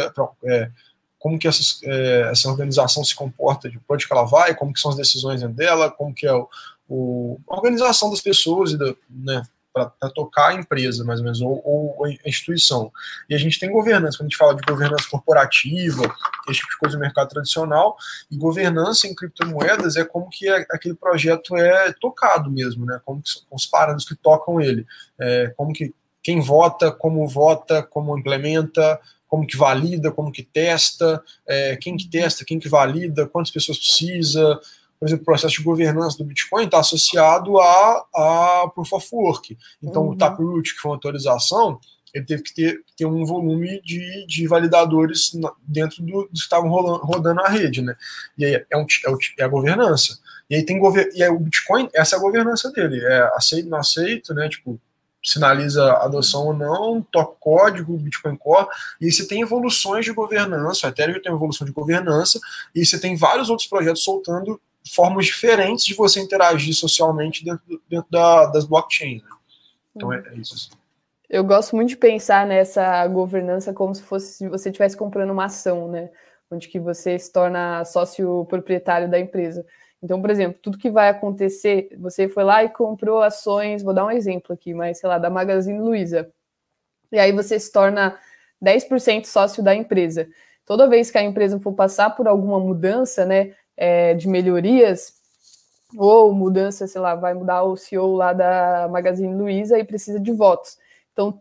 essa organização se comporta, de onde que ela vai, como que são as decisões dentro dela, como que é a organização das pessoas né, para tocar a empresa, mais ou menos, ou a instituição. E a gente tem governança, quando a gente fala de governança corporativa, esse tipo de coisa do mercado tradicional, e governança em criptomoedas é como que aquele projeto é tocado mesmo, né? Como que são os parâmetros que tocam ele, como que quem vota, como implementa, como que valida, como que testa, quem que testa, quem que valida, quantas pessoas precisa. Por exemplo, o processo de governança do Bitcoin está associado a Proof of Work. Então, o Taproot, que foi uma atualização, ele teve que ter um volume de validadores dentro dos que estavam rodando a rede, né? E aí é a governança. E aí e aí o Bitcoin, essa é a governança dele. Aceito, não aceito, né? Tipo, sinaliza adoção ou não, toca código, Bitcoin Core, e aí você tem evoluções de governança, a Ethereum tem uma evolução de governança, e você tem vários outros projetos soltando formas diferentes de você interagir socialmente dentro das blockchains. Né? Então é isso. Eu gosto muito de pensar nessa governança como se você estivesse comprando uma ação, né? Onde que você se torna sócio proprietário da empresa. Então, por exemplo, tudo que vai acontecer, você foi lá e comprou ações, vou dar um exemplo aqui, mas sei lá, da Magazine Luiza. E aí você se torna 10% sócio da empresa. Toda vez que a empresa for passar por alguma mudança, né, de melhorias, ou mudança, sei lá, vai mudar o CEO lá da Magazine Luiza e precisa de votos. Então,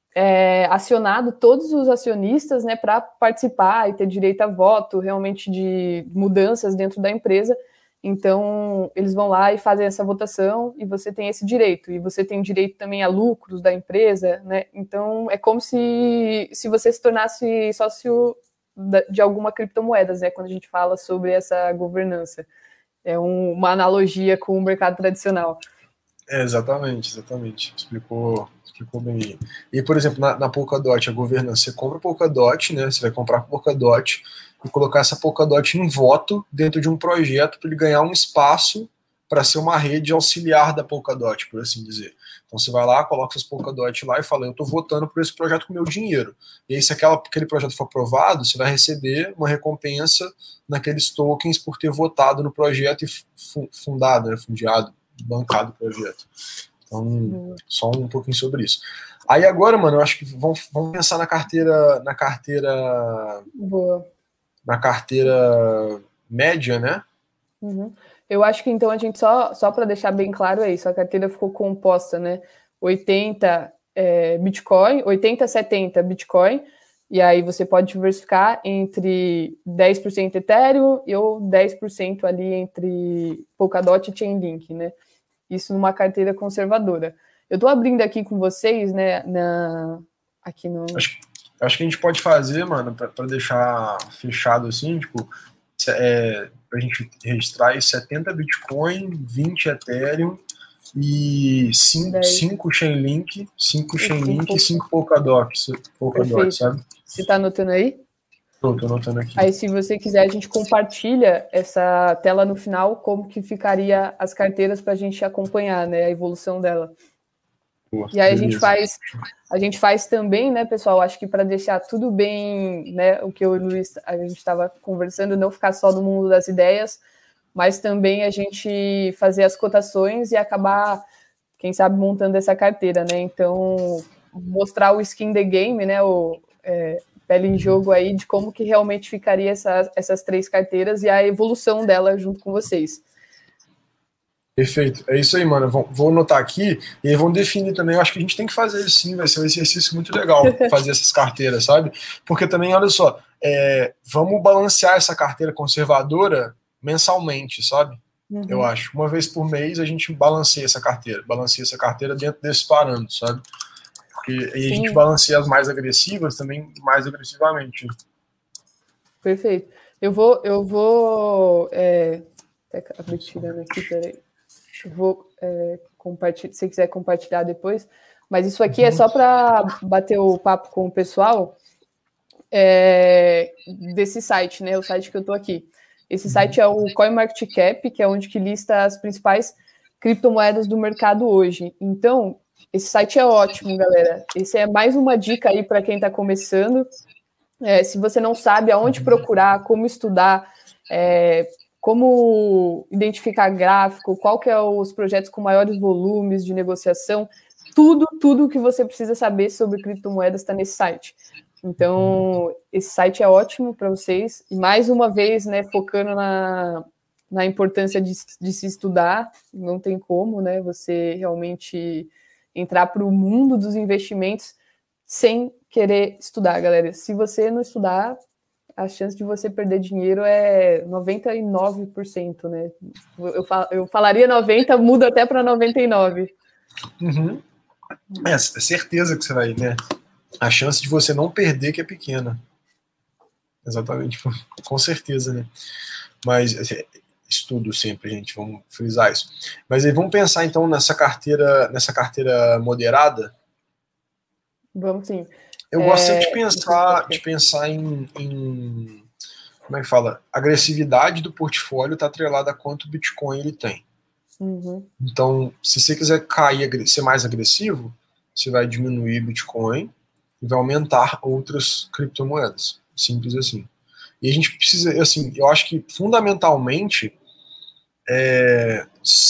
acionado todos os acionistas, né, para participar e ter direito a voto, realmente de mudanças dentro da empresa. Então, eles vão lá e fazem essa votação e você tem esse direito. E você tem direito também a lucros da empresa, né? Então, é como se você se tornasse sócio de alguma criptomoedas, né? Quando a gente fala sobre essa governança. É uma analogia com o mercado tradicional. Exatamente. Explicou bem. E, por exemplo, na Polkadot, a governança, você compra Polkadot, né? Você vai comprar Polkadot e colocar essa Polkadot em voto dentro de um projeto para ele ganhar um espaço para ser uma rede auxiliar da Polkadot, por assim dizer. Então você vai lá, coloca essas Polkadot lá e fala, eu estou votando por esse projeto com meu dinheiro. E aí, se aquele projeto for aprovado, você vai receber uma recompensa naqueles tokens por ter votado no projeto e fundado, né, bancado o projeto. Então, só um pouquinho sobre isso. Aí agora, mano, eu acho que vamos pensar na carteira Boa. Na carteira média, né? Eu acho que então a gente só para deixar bem claro é isso, a carteira ficou composta, né? 80 Bitcoin, 80, 70 Bitcoin, e aí você pode diversificar entre 10% Ethereum ou 10% ali entre Polkadot e Chainlink, né? Isso numa carteira conservadora. Eu estou abrindo aqui com vocês, né? Aqui no. Acho que a gente pode fazer, mano, para deixar fechado assim, tipo, pra gente registrar 70 Bitcoin, 20 Ethereum e 5 Chainlink, 5 Chainlink e 5 Polkadot, sabe? Você tá anotando aí? Tô anotando aqui. Aí, se você quiser, a gente compartilha essa tela no final, como que ficaria as carteiras para a gente acompanhar, né, a evolução dela. Boa, e aí a gente faz também, né, pessoal, acho que para deixar tudo bem, né, o que eu e o Luiz, a gente estava conversando, não ficar só no mundo das ideias, mas também a gente fazer as cotações e acabar, quem sabe, montando essa carteira, né, então mostrar o skin the game, né, pele em jogo aí de como que realmente ficaria essas 3 carteiras e a evolução dela junto com vocês. Perfeito, é isso aí, mano. Vou anotar aqui e aí vão definir também. Eu acho que a gente tem que fazer isso sim, vai ser um exercício muito legal fazer essas carteiras, sabe? Porque também, olha só, vamos balancear essa carteira conservadora mensalmente, sabe? Eu acho. Uma vez por mês a gente balanceia essa carteira dentro desses parâmetros, sabe? Porque aí a gente balanceia as mais agressivas também mais agressivamente. Perfeito. Eu vou acabei tirando aqui, peraí. Eu vou compartilhar, se você quiser compartilhar depois, mas isso aqui é só para bater o papo com o pessoal desse site, né? O site que eu tô aqui. Esse site é o CoinMarketCap, que é onde que lista as principais criptomoedas do mercado hoje. Então, esse site é ótimo, galera. Esse é mais uma dica aí para quem está começando. Se você não sabe aonde procurar, como estudar, como identificar gráfico, qual que é os projetos com maiores volumes de negociação, tudo que você precisa saber sobre criptomoedas está nesse site. Então, esse site é ótimo para vocês. E mais uma vez, né, focando na importância de se estudar, não tem como, né, você realmente entrar para o mundo dos investimentos sem querer estudar, galera. Se você não estudar, a chance de você perder dinheiro é 99%, né? Eu falaria 90%, muda até para 99%. Uhum. É certeza que você vai, né? A chance de você não perder que é pequena. Exatamente, com certeza, né? Mas estudo sempre, gente, vamos frisar isso. Mas aí vamos pensar então nessa carteira moderada. Vamos sim. Eu gosto sempre de pensar em como é que fala? Agressividade do portfólio está atrelada a quanto Bitcoin ele tem. Uhum. Então, se você quiser ser mais agressivo, você vai diminuir Bitcoin e vai aumentar outras criptomoedas. Simples assim. E a gente precisa, assim, eu acho que fundamentalmente a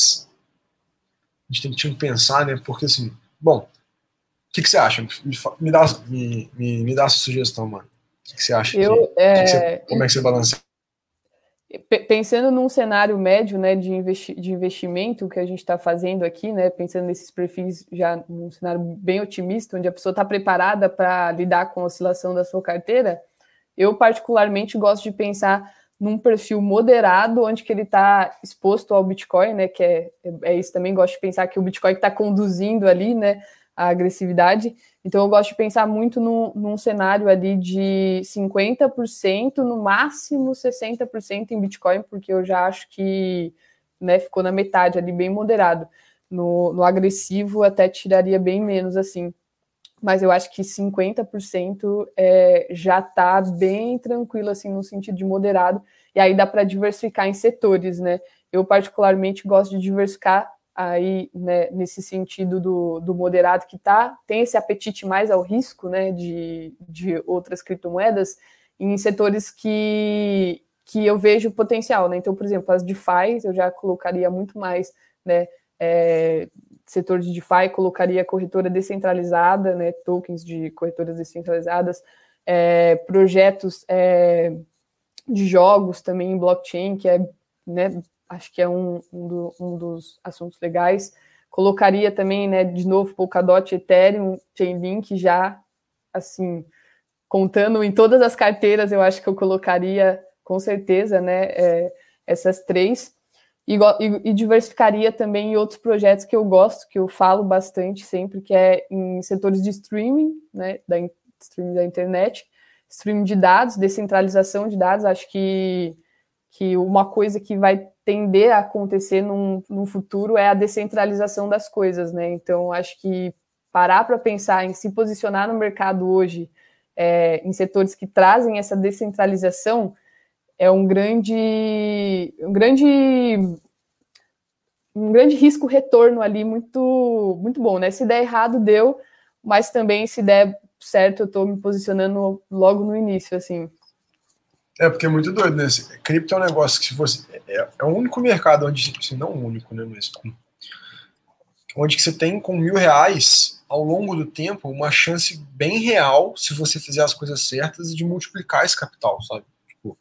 gente tem que pensar, né? Porque assim, bom, o que você acha? Me dá essa sugestão, mano. O que você acha? Como é que você balanceia? Pensando num cenário médio, né, de investimento que a gente está fazendo aqui, né, pensando nesses perfis já num cenário bem otimista, onde a pessoa está preparada para lidar com a oscilação da sua carteira, eu particularmente gosto de pensar num perfil moderado, onde que ele está exposto ao Bitcoin, né, que é isso também, gosto de pensar que o Bitcoin está conduzindo ali, né, a agressividade. Então, eu gosto de pensar muito num cenário ali de 50%, no máximo 60% em Bitcoin, porque eu já acho que, né, ficou na metade ali, bem moderado. No agressivo, até tiraria bem menos, assim. Mas eu acho que 50% já está bem tranquilo, assim, no sentido de moderado. E aí dá para diversificar em setores, né? Eu, particularmente, gosto de diversificar aí, né, nesse sentido do moderado que tem esse apetite mais ao risco, né, de outras criptomoedas, em setores que eu vejo potencial, né? Então, por exemplo, as DeFi eu já colocaria muito mais, né, setor de DeFi, colocaria corretora descentralizada, né, tokens de corretoras descentralizadas, projetos de jogos também em blockchain, que né, acho que é um dos assuntos legais. Colocaria também, né, de novo, Polkadot, Ethereum, Chainlink, já, assim, contando em todas as carteiras, eu acho que eu colocaria, com certeza, né, essas três. E diversificaria também em outros projetos que eu gosto, que eu falo bastante sempre, que é em setores de streaming, né, streaming da internet, streaming de dados, descentralização de dados. Acho que uma coisa que vai tender a acontecer no futuro é a descentralização das coisas, né? Então, acho que parar para pensar em se posicionar no mercado hoje, em setores que trazem essa descentralização, é um grande risco-retorno ali muito, muito bom, né? Se der errado, deu, mas também se der certo, eu estou me posicionando logo no início, assim. Porque é muito doido, né? Cripto é um negócio que se fosse... É o único mercado onde... Assim, não o único, né? Mas onde que você tem com R$1.000, ao longo do tempo, uma chance bem real, se você fizer as coisas certas, de multiplicar esse capital, sabe? Tipo,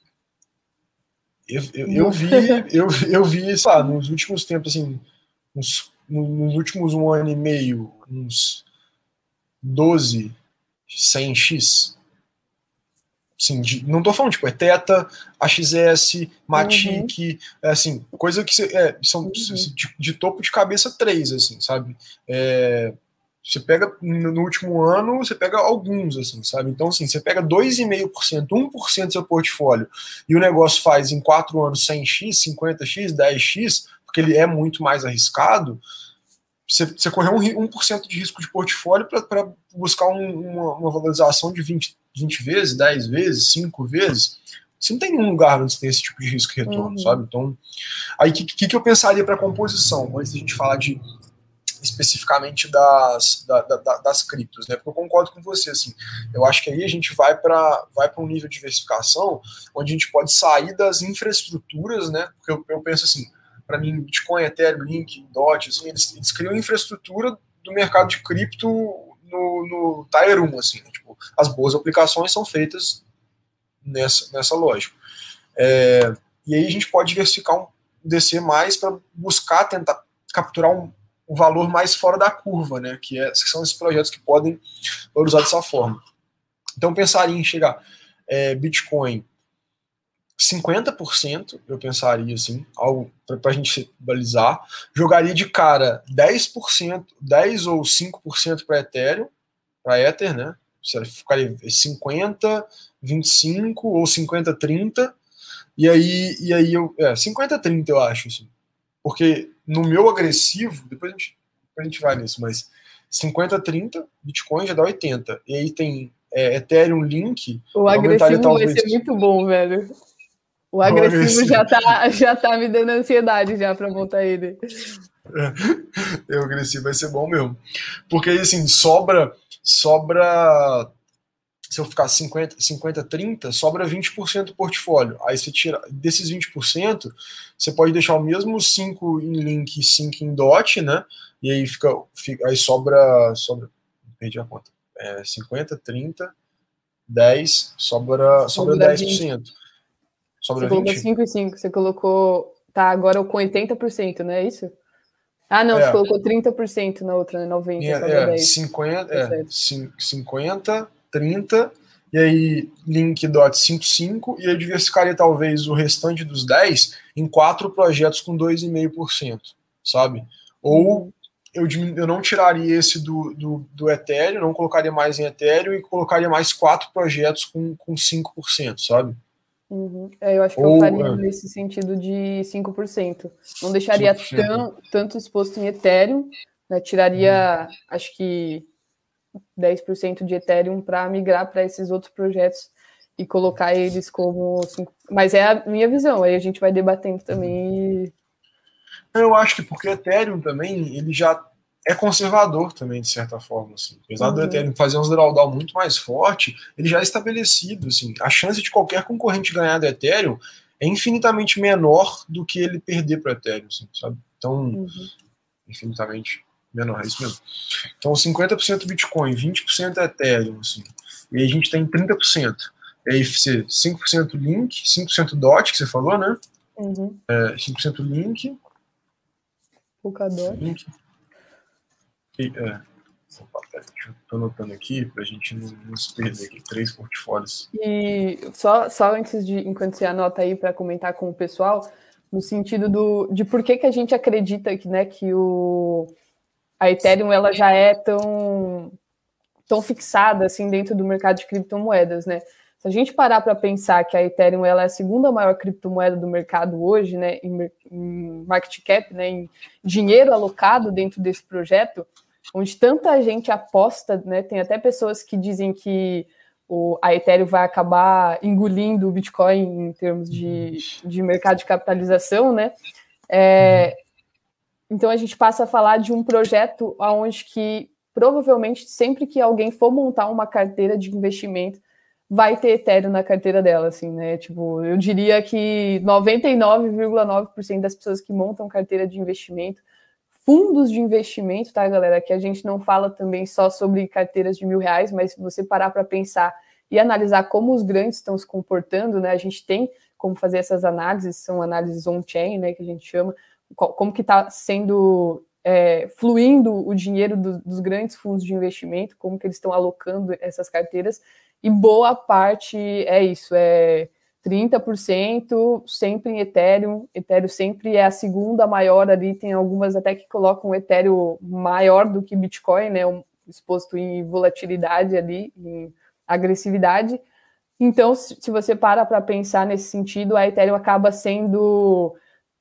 eu vi, sei lá, nos últimos tempos, assim, nos últimos 1 ano e meio, uns 12, 100x. Assim, não tô falando, tipo, é Theta, AXS, Matic, assim, coisa que são de topo de cabeça 3, assim, sabe? Você pega, no último ano, você pega alguns, assim, sabe? Então, assim, você pega 2,5%, 1% do seu portfólio, e o negócio faz em 4 anos 100x, 50x, 10x, porque ele é muito mais arriscado, você correu 1% de risco de portfólio para buscar uma valorização de 20 vezes, 10 vezes, 5 vezes. Você não tem nenhum lugar onde você tem esse tipo de risco e retorno, sabe? Então, aí o que eu pensaria para composição, antes de a gente falar de especificamente das criptos, né? Porque eu concordo com você, assim, eu acho que aí a gente vai para um nível de diversificação onde a gente pode sair das infraestruturas, né? Porque eu penso assim, para mim, Bitcoin, Ethereum, Link, DOT, assim, eles criam infraestrutura do mercado de cripto no Tier 1, assim, né? Tipo, as boas aplicações são feitas nessa lógica. E aí a gente pode diversificar, descer mais para buscar tentar capturar um valor mais fora da curva, né? Que são esses projetos que podem valorizar dessa forma. Então, pensaria em chegar Bitcoin 50%, eu pensaria assim, algo para a gente balizar. Jogaria de cara 10%, 10 ou 5% para Ethereum, para Ether, né? Ficaria 50, 25 ou 50, 30. E aí 50, 30 eu acho, assim. Porque no meu agressivo, depois a gente vai nisso, mas 50, 30, Bitcoin já dá 80. E aí tem Ethereum, Link. O agressivo talvez... vai ser muito bom, velho. O agressivo já tá me dando ansiedade já para montar ele. O agressivo vai ser bom mesmo. Porque aí, assim, sobra. Se eu ficar 50, 30, sobra 20% do portfólio. Aí você tira desses 20%, você pode deixar o mesmo 5 em Link e 5 em DOT, né? E aí aí sobra. Perdi a conta. 50, 30, 10, sobra 10%. 20. Sobra você 20? Colocou 5 e 5. Você colocou. Tá, agora com 80%, não é isso? Ah, não, você colocou 30% na outra, né? 90%, sobra 10. 50, 30, e aí Link DOT 5,5, e eu diversificaria talvez o restante dos 10 em 4 projetos com 2,5%, sabe? Ou eu não tiraria esse do Ethereum, não colocaria mais em Ethereum e colocaria mais 4 projetos com 5%, sabe? Eu acho que eu faria nesse sentido de 5%. Não deixaria 5%. Tanto exposto em Ethereum, né? Tiraria, acho que 10% de Ethereum para migrar para esses outros projetos e colocar eles como 5%. Mas é a minha visão, aí a gente vai debatendo também. Eu acho que porque Ethereum também, ele já é conservador também, de certa forma, assim. Apesar do Ethereum fazer uns drawdown muito mais forte, ele já é estabelecido, assim. A chance de qualquer concorrente ganhar do Ethereum é infinitamente menor do que ele perder para o Ethereum, assim, sabe? Então, infinitamente menor, é isso mesmo. Então, 50% Bitcoin, 20% Ethereum, assim. E aí a gente tem 30%. E aí 5% Link, 5% DOT, que você falou, né? 5% Link. Polkadot. Link. Estou anotando aqui para a gente não se perder aqui. 3 portfólios. E só antes enquanto você anota aí para comentar com o pessoal, no sentido de por que a gente acredita que, né, que a Ethereum ela já é tão fixada assim dentro do mercado de criptomoedas, né? Se a gente parar para pensar que a Ethereum ela é a segunda maior criptomoeda do mercado hoje, né, em market cap, né, em dinheiro alocado dentro desse projeto, onde tanta gente aposta, né, tem até pessoas que dizem que a Ethereum vai acabar engolindo o Bitcoin em termos de mercado de capitalização, né? Então a gente passa a falar de um projeto onde que provavelmente sempre que alguém for montar uma carteira de investimento vai ter Ethereum na carteira dela, assim, né? Tipo, eu diria que 99,9% das pessoas que montam carteira de investimento, fundos de investimento, tá, galera? Que a gente não fala também só sobre carteiras de R$1.000, mas se você parar para pensar e analisar como os grandes estão se comportando, né? A gente tem como fazer essas análises, são análises on-chain, né? Que a gente chama, como que está sendo fluindo o dinheiro dos grandes fundos de investimento, como que eles estão alocando essas carteiras, e boa parte é isso, 30% sempre em Ethereum. Ethereum sempre é a segunda maior ali, tem algumas até que colocam o Ethereum maior do que Bitcoin, né, exposto em volatilidade ali, em agressividade. Então, se você para pensar nesse sentido, a Ethereum acaba sendo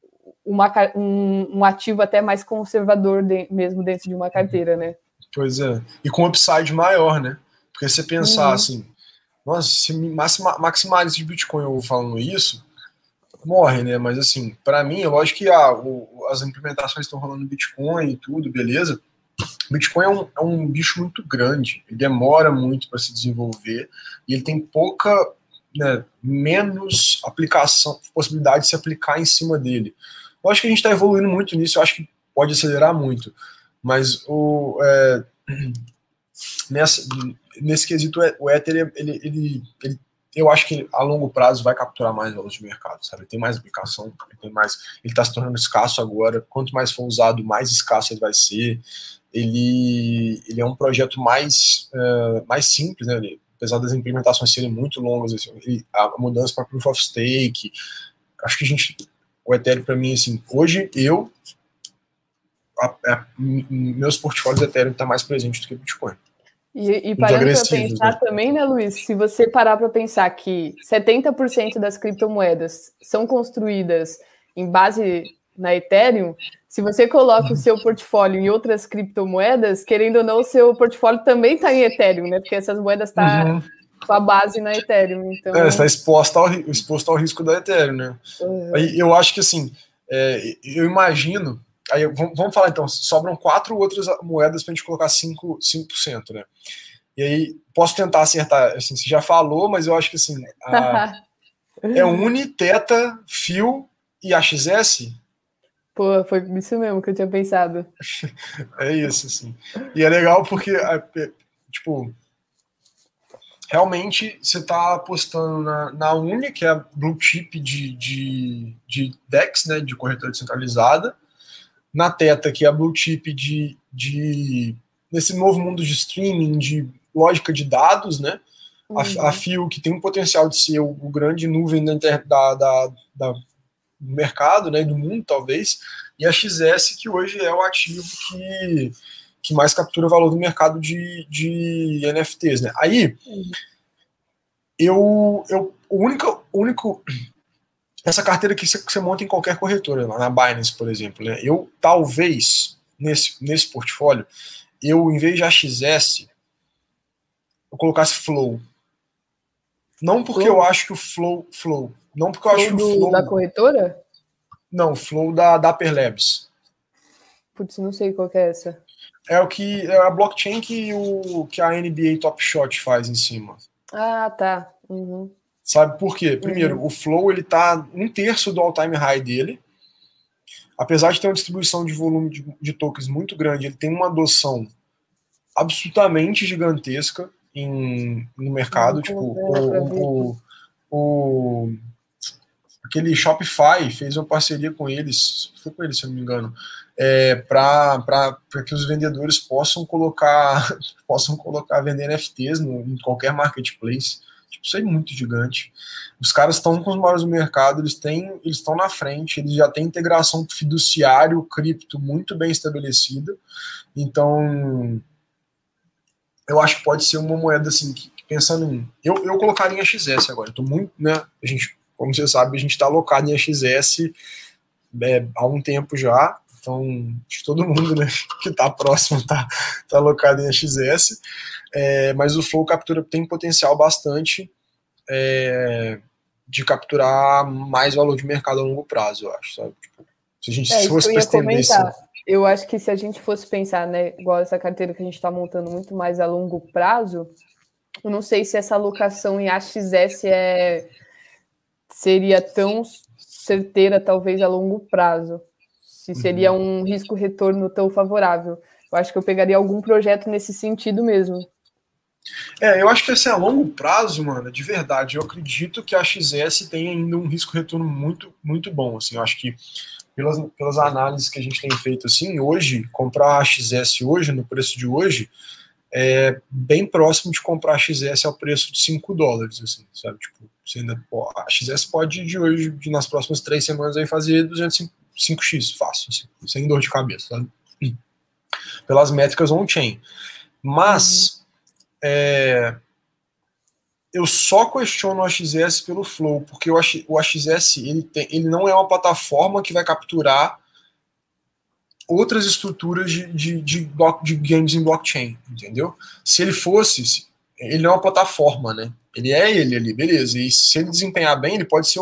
um ativo até mais conservador mesmo dentro de uma carteira, né? Pois é. E com upside maior, né? Porque se você pensar assim, Nossa, se maximalista de Bitcoin eu falando isso, morre, né? Mas assim, para mim, é lógico que as implementações estão rolando no Bitcoin e tudo, beleza. O Bitcoin é um bicho muito grande, ele demora muito para se desenvolver e ele tem pouca, né, menos aplicação, possibilidade de se aplicar em cima dele. Eu acho que a gente está evoluindo muito nisso, eu acho que pode acelerar muito, mas nesse quesito, o Ether, eu acho que a longo prazo vai capturar mais valor de mercado, sabe? Ele tem mais aplicação, ele está se tornando escasso agora. Quanto mais for usado, mais escasso ele vai ser. Ele é um projeto mais simples, né? Apesar das implementações serem muito longas, assim, a mudança para Proof of Stake, acho que o Ethereum para mim, assim, hoje meus portfólios Ethereum está mais presente do que o Bitcoin. E parando para pensar, né, também, né, Luiz? Se você parar para pensar que 70% das criptomoedas são construídas em base na Ethereum, se você coloca o seu portfólio em outras criptomoedas, querendo ou não, o seu portfólio também está em Ethereum, né? Porque essas moedas estão com a base na Ethereum. Então... está exposto ao risco da Ethereum, né? Aí eu acho que, assim, eu imagino... Aí, vamos falar então, sobram 4 outras moedas para a gente colocar 5%, né? E aí, posso tentar acertar, assim, você já falou, mas eu acho que assim, é Uni, Teta, Fio e AXS? Pô, foi isso mesmo que eu tinha pensado. É isso, assim. E é legal porque, tipo, realmente você está apostando na Uni, que é a blue chip de DEX, né, de corretora descentralizada, na Teta, que é a blue chip nesse novo mundo de streaming, de lógica de dados, né? A Fio, que tem um potencial de ser o grande nuvem do mercado, né? Do mundo, talvez. E a XS, que hoje é o ativo que mais captura o valor do mercado de NFTs, né? Aí, o único essa carteira que você monta em qualquer corretora, lá na Binance, por exemplo, né? Eu, talvez, nesse portfólio, em vez de AXS, eu colocasse Flow. Não porque eu acho que o Flow. Não porque eu acho que o Flow. Da corretora? Não, Flow da Upper Labs. Putz, não sei qual que é essa. É a blockchain que a NBA Top Shot faz em cima. Ah, tá. Sabe por quê? Primeiro, o Flow, ele tá 1/3 do all-time high dele. Apesar de ter uma distribuição de volume de tokens muito grande, ele tem uma adoção absolutamente gigantesca no mercado. Tipo, aquele Shopify fez uma parceria com eles, foi com eles, se eu não me engano, para que os vendedores possam vender NFTs em qualquer marketplace. Tipo, isso é muito gigante. Os caras estão com os maiores do mercado, eles estão na frente, eles já têm integração fiduciário, cripto muito bem estabelecida. Então, eu acho que pode ser uma moeda assim, pensando em... Eu colocaria em AXS agora. Eu tô muito, né? Como você sabe, a gente está alocado em AXS há um tempo já. Então, acho que todo mundo, né, que está próximo tá alocado em AXS. Mas o Flow tem potencial bastante de capturar mais valor de mercado a longo prazo, eu acho, sabe? Tipo, se fosse para estender isso. Eu acho que se a gente fosse pensar, né, igual essa carteira que a gente está montando muito mais a longo prazo, eu não sei se essa alocação em AXS seria tão certeira, talvez, a longo prazo. Se seria um risco-retorno tão favorável. Eu acho que eu pegaria algum projeto nesse sentido mesmo. Eu acho que assim, a longo prazo, mano, de verdade, eu acredito que a XS tem ainda um risco-retorno muito, muito bom. Assim, eu acho que pelas análises que a gente tem feito, assim, hoje, comprar a XS hoje, no preço de hoje, é bem próximo de comprar a XS ao preço de $5, assim, sabe? Tipo, a XS pode, de hoje, nas próximas 3 semanas, aí fazer 205x, fácil, assim, sem dor de cabeça, sabe? Pelas métricas on-chain. Mas, eu só questiono o AXS pelo Flow, porque o AXS ele não é uma plataforma que vai capturar outras estruturas de games em blockchain, entendeu? Se ele fosse, ele não é uma plataforma, né? Ele é ele ali, beleza. E se ele desempenhar bem, ele pode ser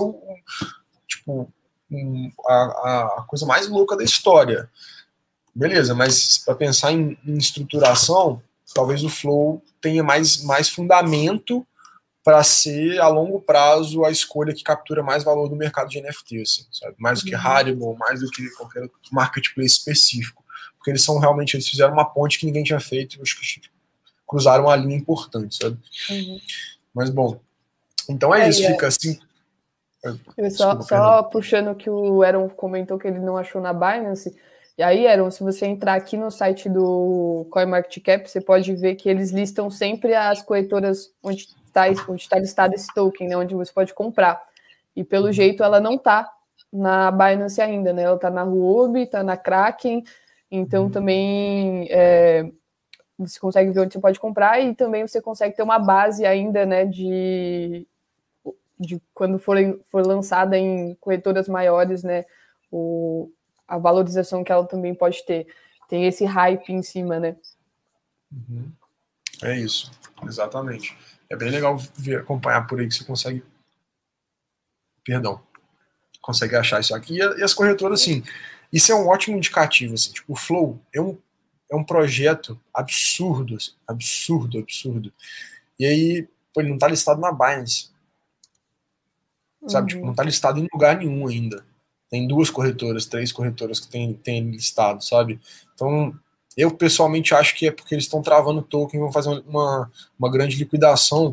a coisa mais louca da história. Beleza, mas para pensar em estruturação, talvez o Flow tenha mais fundamento para ser, a longo prazo, a escolha que captura mais valor do mercado de NFT, assim, sabe? Mais do que Haribo, mais do que qualquer outro marketplace específico. Porque eles fizeram uma ponte que ninguém tinha feito, acho que cruzaram uma linha importante, sabe? Mas, bom, então é isso, fica assim... Só puxando o que o Aaron comentou que ele não achou na Binance, e aí, Aaron, se você entrar aqui no site do CoinMarketCap, você pode ver que eles listam sempre as corretoras onde está listado esse token, né, onde você pode comprar. E pelo jeito ela não está na Binance ainda, né? Ela está na Huobi, está na Kraken, então também você consegue ver onde você pode comprar e também você consegue ter uma base ainda, né, de quando for lançada em corretoras maiores, né, a valorização que ela também pode ter. Tem esse hype em cima, né? É isso, exatamente. É bem legal acompanhar por aí que você consegue... consegue achar isso aqui. E as corretoras, assim, isso é um ótimo indicativo, assim, tipo, o Flow é um projeto absurdo, assim, absurdo. E aí, pô, ele não tá listado na Binance, sabe? Tipo, não tá listado em lugar nenhum ainda. Tem 2 corretoras, 3 corretoras que tem listado, sabe? Então, eu pessoalmente acho que é porque eles estão travando o token, vão fazer uma grande liquidação.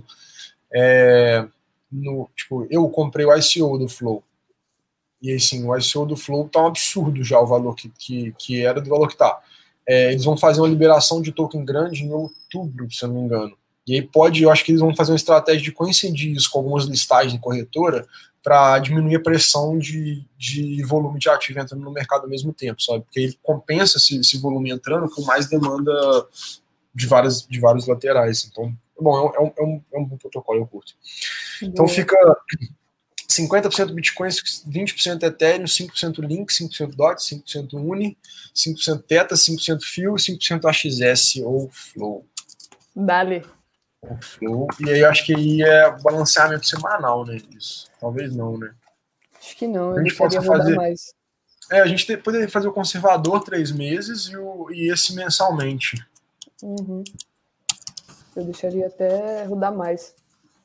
Tipo, eu comprei o ICO do Flow. E assim, o ICO do Flow tá um absurdo já o valor que era do valor que tá. Eles vão fazer uma liberação de token grande em outubro, se eu não me engano. E aí eu acho que eles vão fazer uma estratégia de coincidir isso com algumas listagens em corretora para diminuir a pressão de volume de ativo entrando no mercado ao mesmo tempo, sabe? Porque ele compensa esse volume entrando com mais demanda de vários laterais. Então, bom, é um bom protocolo, eu curto. Então fica 50% Bitcoin, 20% Ethereum, 5% Link, 5% DOT, 5% Uni, 5% Teta, 5% FIO, 5% AXS ou Flow. Dale. O Flow. E aí eu acho que aí é balanceamento semanal, né? Isso. Talvez não, né? Acho que não, a gente possa fazer mais. A gente poderia fazer o conservador 3 meses e esse mensalmente. Eu deixaria até rodar mais.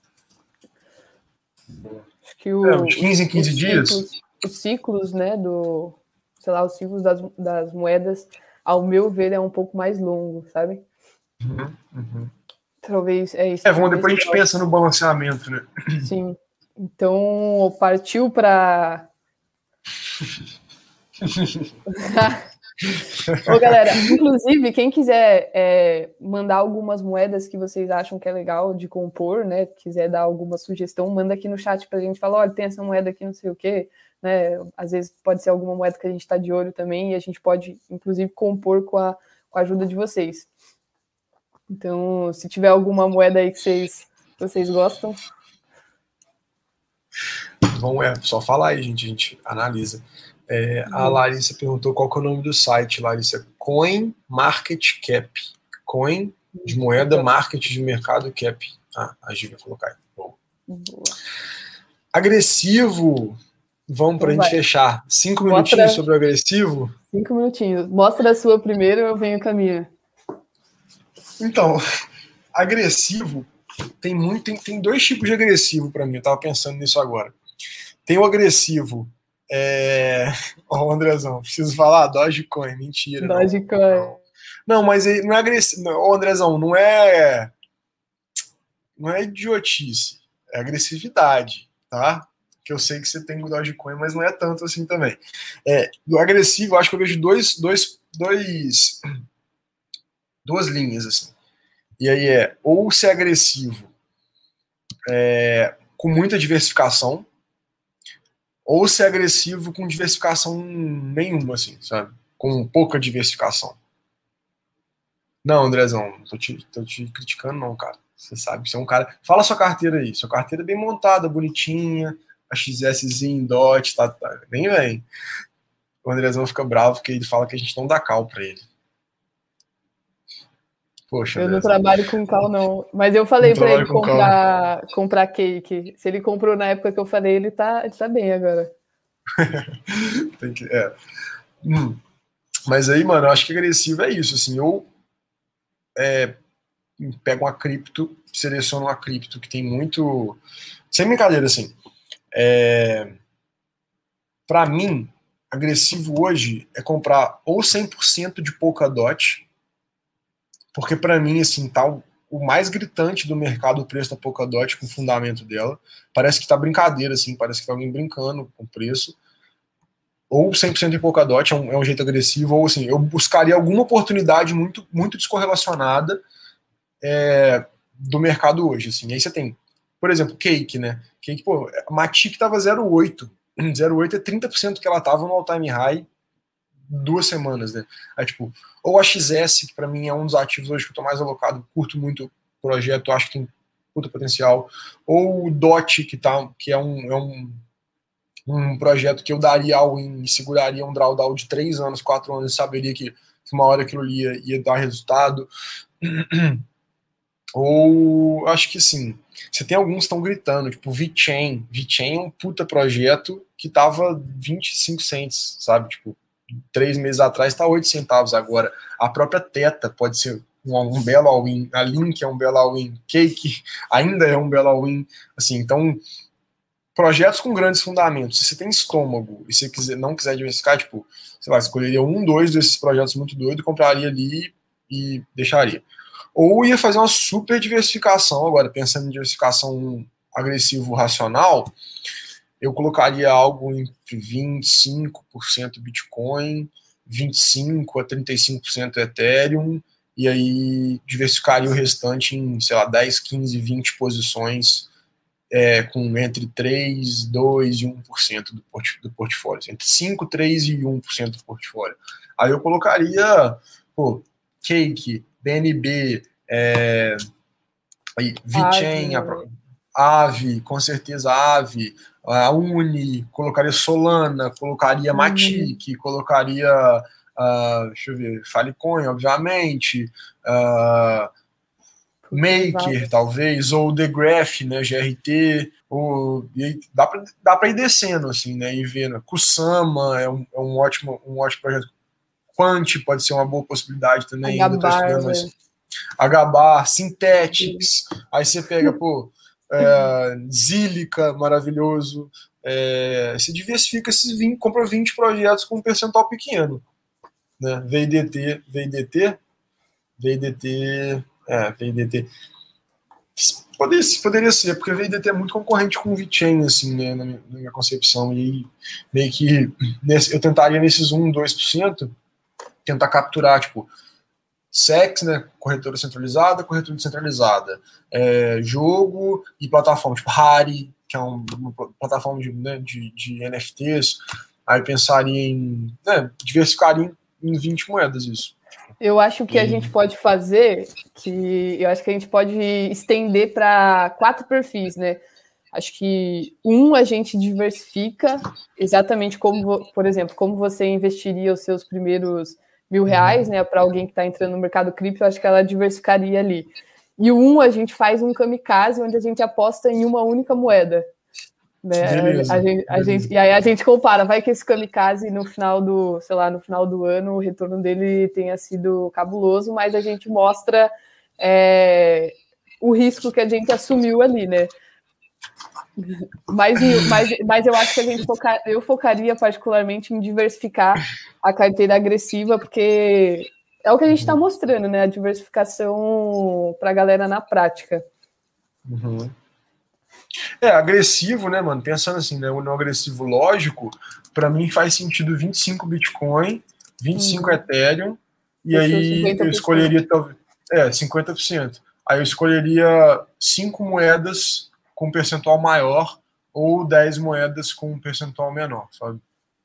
Acho que de 15 em 15 dias? Os ciclos, né, os ciclos das moedas, ao meu ver, é um pouco mais longo, sabe? Talvez é isso. Vamos, depois a gente pensa no balanceamento, né? Sim. Então, partiu para... Ô, galera, inclusive, quem quiser mandar algumas moedas que vocês acham que é legal de compor, né? Quiser dar alguma sugestão, manda aqui no chat pra gente falar, olha, tem essa moeda aqui, não sei o quê, né? Às vezes pode ser alguma moeda que a gente tá de olho também e a gente pode, inclusive, compor com a ajuda de vocês. Então, se tiver alguma moeda aí que vocês gostam... Vamos, só falar aí, gente, a gente analisa. A Larissa perguntou qual que é o nome do site, Larissa. CoinMarketCap. Coin de moeda, market de mercado, cap. A Gil vai colocar aí. Boa. Agressivo. Vamos para a gente fechar. 5 minutinhos sobre o agressivo? 5 minutinhos. Mostra a sua primeiro, eu venho com a minha. Então, agressivo tem 2 tipos de agressivo para mim. Eu tava pensando nisso agora. Tem o agressivo. Ó, Andrezão, preciso falar Dogecoin, mentira. Dogecoin. Não, mas não é agressivo. Ô, Andrezão, não é idiotice, é agressividade, tá? Que eu sei que você tem o Dogecoin, mas não é tanto assim também. Do agressivo, acho que eu vejo duas linhas, assim. E aí ou ser agressivo com muita diversificação, ou ser agressivo com diversificação nenhuma, assim, sabe? Com pouca diversificação. Não, Andrezão, não tô te criticando não, cara. Você sabe, você é um cara... Fala sua carteira aí. Sua carteira é bem montada, bonitinha, a XSzinho, DOT, tá bem bem. O Andrezão fica bravo porque ele fala que a gente não dá cal pra ele. Poxa, eu não trabalho com cal, não. Mas eu falei para ele comprar cake. Se ele comprou na época que eu falei, ele tá bem agora. Tem que, Mas aí, mano, eu acho que agressivo é isso, assim, ou pega uma cripto, seleciona uma cripto que tem muito... Sem brincadeira, assim, pra mim, agressivo hoje é comprar ou 100% de Polkadot, porque pra mim, assim, tá o mais gritante do mercado o preço da Polkadot com o fundamento dela. Parece que tá brincadeira, assim, parece que tá alguém brincando com o preço. Ou 100% em Polkadot é um jeito agressivo, ou assim, eu buscaria alguma oportunidade muito, muito descorrelacionada do mercado hoje, assim. Aí você tem, por exemplo, Cake, né? Cake, pô, a Matic tava 0,8. 0,8 é 30% que ela tava no all-time high 2 semanas, né? Aí, tipo, ou a XS, que pra mim é um dos ativos hoje que eu tô mais alocado, curto muito o projeto, acho que tem puta potencial. Ou o DOT, que é um projeto que eu daria all-in e seguraria um drawdown de 3 anos, 4 anos, e saberia que uma hora aquilo ia dar resultado. Ou, acho que sim, você tem alguns que estão gritando, tipo VeChain. VeChain é um puta projeto que tava 25 cents, sabe? Tipo, 3 meses atrás tá 8 centavos agora. A própria Teta pode ser um belo all-in. A Link é um belo all-in. Cake ainda é um belo all-in. Assim, então, projetos com grandes fundamentos. Se você tem estômago e você não quiser diversificar, tipo, sei lá, escolheria 1, 2 desses projetos muito doidos, compraria ali e deixaria. Ou ia fazer uma super diversificação, agora, pensando em diversificação agressivo racional, eu colocaria algo entre 25% Bitcoin, 25% a 35% Ethereum, e aí diversificaria o restante em, sei lá, 10, 15, 20 posições, com entre 3, 2 e 1% do portfólio. Entre 5, 3 e 1% do portfólio. Aí eu colocaria, Cake, BNB, VeChain, Aave, com certeza Aave, a Uni, colocaria Solana, colocaria Matic, colocaria, deixa eu ver, Filecoin, obviamente, Maker, talvez, ou The Graph, né, GRT, e aí dá para ir descendo, assim, né, e vendo. Kusama é um ótimo projeto. Quant pode ser uma boa possibilidade também. HBAR, Synthetics, aí você pega, Zilliqa, maravilhoso, você diversifica esses 20, compra 20 projetos com um percentual pequeno, né, VIDT, poderia ser, porque o VIDT é muito concorrente com o VeChain, assim, né, na minha concepção, e meio que eu tentaria nesses 1, 2%, tentar capturar, tipo, SEX, né, corretora centralizada, corretora descentralizada, jogo e plataforma, tipo Hari, que é uma plataforma de NFTs, aí pensaria em, diversificaria em 20 moedas isso. Eu acho que a gente pode fazer, eu acho que a gente pode estender para 4 perfis, né? Acho que a gente diversifica exatamente como, por exemplo, como você investiria os seus primeiros R$1.000, né? Para alguém que está entrando no mercado cripto, eu acho que ela diversificaria ali. E a gente faz um kamikaze, onde a gente aposta em uma única moeda. Né? Beleza, e aí a gente compara, vai que esse kamikaze no final do ano o retorno dele tenha sido cabuloso, mas a gente mostra o risco que a gente assumiu ali, né? Mas eu acho que eu focaria particularmente em diversificar a carteira agressiva, porque é o que a gente está mostrando, né? A diversificação para a galera na prática. Agressivo, né, mano? Pensando assim, né? No agressivo lógico, para mim faz sentido 25 Bitcoin, 25 Ethereum, e aí 50%. Eu escolheria talvez 50%. Aí eu escolheria 5 moedas com percentual maior ou 10 moedas com percentual menor, sabe?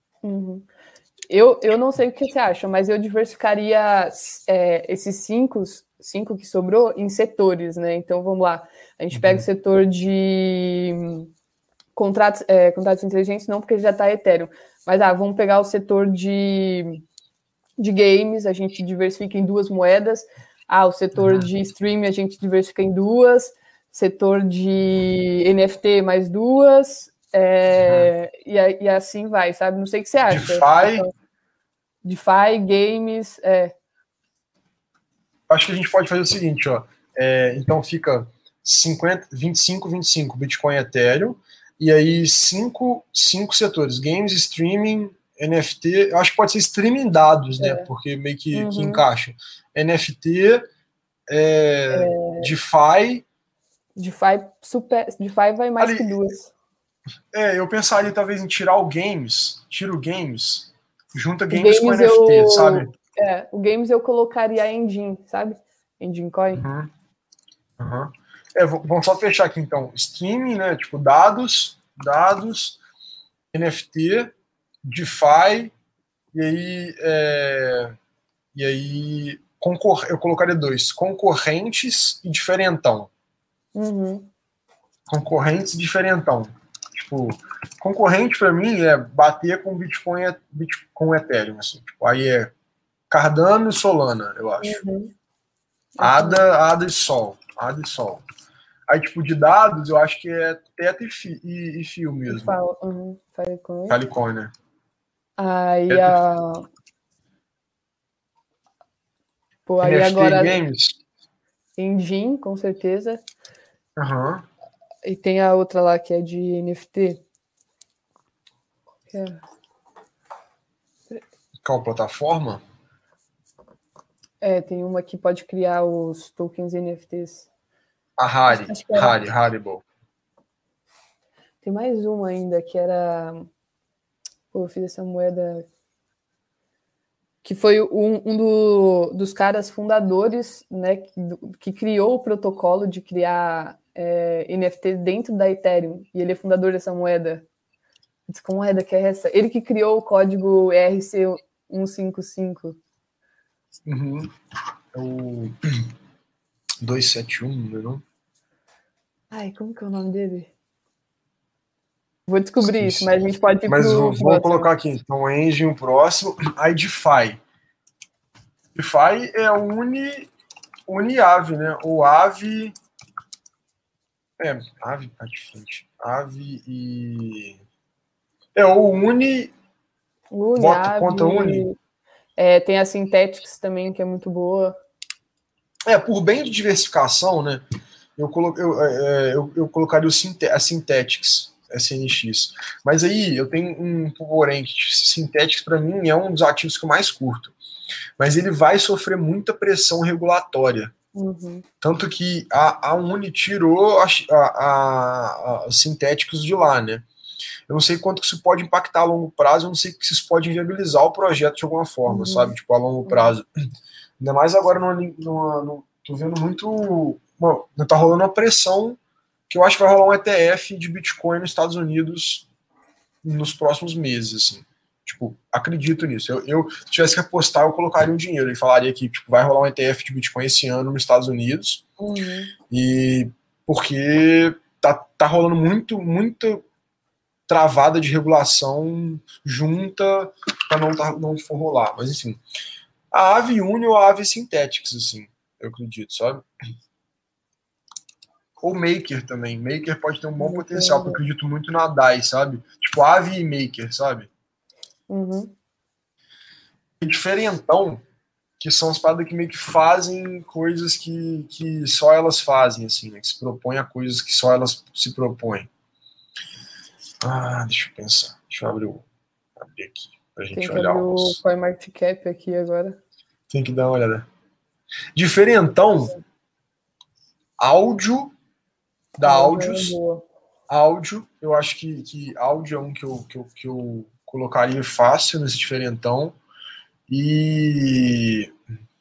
Eu não sei o que você acha, mas eu diversificaria esses 5 que sobrou em setores, né? Então, vamos lá. A gente pega o setor de contratos inteligentes, não porque já está Ethereum, mas vamos pegar o setor de games, a gente diversifica em 2 moedas. o setor de streaming a gente diversifica em 2, setor de NFT mais 2, e assim vai, sabe? Não sei o que você acha. DeFi, games, Acho que a gente pode fazer o seguinte, ó. Então fica 25, Bitcoin e Ethereum, e aí 5 setores, games, streaming, NFT, eu acho que pode ser streaming dados, né? Porque meio que encaixa. NFT, DeFi. DeFi vai mais ali, que 2. Eu pensaria talvez em tirar o games, junta games com NFT, sabe? O games eu colocaria a Engine, sabe? Engine Coin. Vamos só fechar aqui então. Streaming, né? Tipo, dados, NFT, DeFi, e aí eu colocaria 2, concorrentes e diferentão. Concorrentes e diferentão. Tipo, concorrente para mim é bater com Bitcoin com Ethereum, assim. Tipo, aí é Cardano e Solana, eu acho. ADA e Sol. Aí, tipo, de dados, eu acho que é Teta e Fio mesmo. Filecoin, né? Aí aí agora Games. Engine, com certeza. Aham. E tem a outra lá que é de NFT. Qual plataforma? Tem uma que pode criar os tokens NFTs. A Haribo. Tem mais uma ainda que era... eu fiz essa moeda... Que foi dos caras fundadores, né, que criou o protocolo de criar NFT dentro da Ethereum. E ele é fundador dessa moeda. Que moeda que é essa? Ele que criou o código ERC155. É o 271, não é? Ai, como que é o nome dele? Vou descobrir isso, mas a gente pode ir vou colocar aqui, então, Engine, o próximo. Aí, DeFi. DeFi é Uniave, né? Ou Ave... Ave tá de frente. Ave e... o Uni... Bota conta Uni. Tem a Synthetics também, que é muito boa. Por bem de diversificação, né? Eu colocaria a Synthetics, SNX. Mas aí eu tenho um porém, que Synthetics para mim é um dos ativos que eu mais curto. Mas ele vai sofrer muita pressão regulatória. Tanto que a Uni tirou a Synthetics de lá, né? Eu não sei quanto que isso pode impactar a longo prazo, eu não sei se isso pode inviabilizar o projeto de alguma forma, sabe? Tipo, a longo prazo. Ainda mais agora, tô vendo muito... tá rolando uma pressão que eu acho que vai rolar um ETF de Bitcoin nos Estados Unidos nos próximos meses, assim. Tipo, acredito nisso. Eu se tivesse que apostar, eu colocaria um dinheiro e falaria que tipo, vai rolar um ETF de Bitcoin esse ano nos Estados Unidos. E porque tá rolando muito travada de regulação junta para não for rolar. Mas, enfim, a Ave Uni ou a Ave Synthetics, assim, eu acredito, sabe? Ou Maker também. Maker pode ter um bom potencial, porque eu acredito muito na DAI, sabe? Tipo, Ave e Maker, sabe? E diferentão, que são as paradas que meio que fazem coisas que só elas fazem, assim, né? Que se propõem a coisas que só elas se propõem. Deixa eu pensar. Deixa eu abrir aqui pra gente olhar. Tem que abrir o CoinMarketCap aqui agora. Tem que dar uma olhada. Diferentão, áudio, áudio, eu acho que áudio é um que eu colocaria fácil nesse diferentão. E...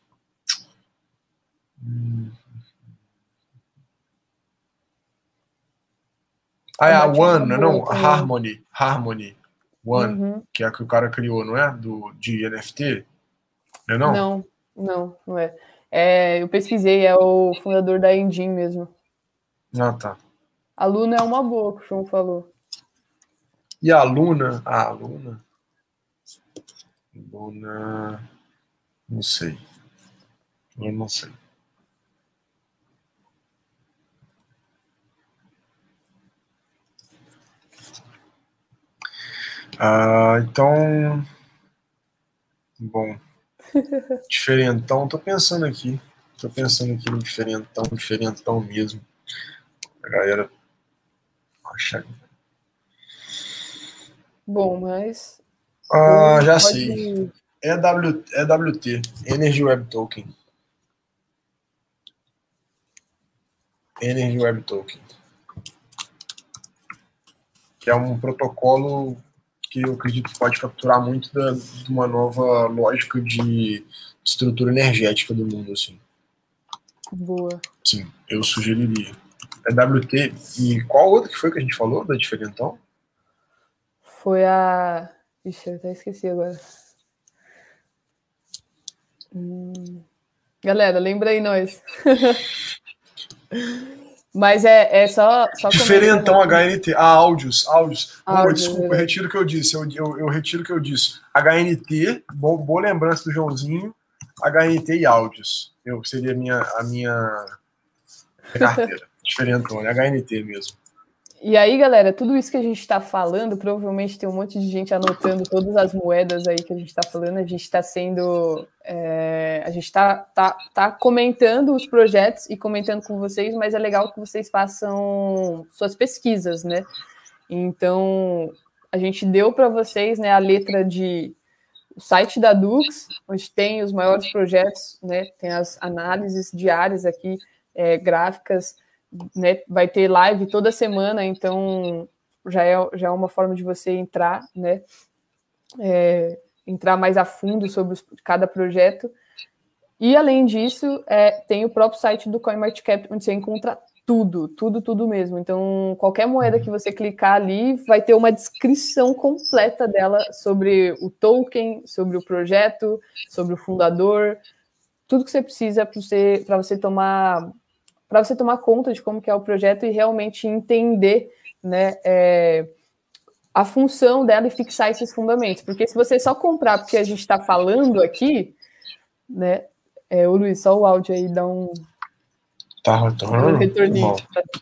a One, não, a Harmony One, que é a que o cara criou, não é? De NFT? Não? Não é. Eu pesquisei, é o fundador da Engine mesmo. Tá. A Luna é uma boa, que o João falou. E a Luna? Luna... Não sei. Eu não sei. Então, bom, diferentão, tô pensando aqui no diferentão mesmo. A galera acha. Bom, mas... Já sei. EWT, Energy Web Token. Energy Web Token. Que é um protocolo que eu acredito que pode capturar muito de uma nova lógica de estrutura energética do mundo, assim. Boa. Sim, eu sugeriria. EWT, e qual outra que foi que a gente falou da diferentão? Foi a... Ixi, eu até esqueci agora. Galera, lembra aí nós. Mas é só diferentão HNT. Áudios. Desculpa, verdade. eu retiro o que eu disse. Eu retiro o que eu disse. HNT, boa lembrança do Joãozinho. HNT e áudios. Seria a minha carteira. Diferentão, HNT mesmo. E aí, galera, tudo isso que a gente está falando, provavelmente tem um monte de gente anotando todas as moedas aí que a gente está falando. A gente está sendo... a gente tá comentando os projetos e comentando com vocês, mas é legal que vocês façam suas pesquisas, né? Então, a gente deu para vocês, né, a letra de... o site da Dux, onde tem os maiores projetos, né? Tem as análises diárias aqui, gráficas, né? Vai ter live toda semana, então já é uma forma de você entrar, né? Entrar mais a fundo sobre cada projeto. E, além disso, tem o próprio site do CoinMarketCap, onde você encontra tudo mesmo. Então, qualquer moeda que você clicar ali, vai ter uma descrição completa dela sobre o token, sobre o projeto, sobre o fundador, tudo que você precisa para você tomar conta de como que é o projeto e realmente entender, né, a função dela e fixar esses fundamentos. Porque se você só comprar porque a gente está falando aqui, né, o Luiz, só o áudio aí dá um... Tá retornando? Um retorninho.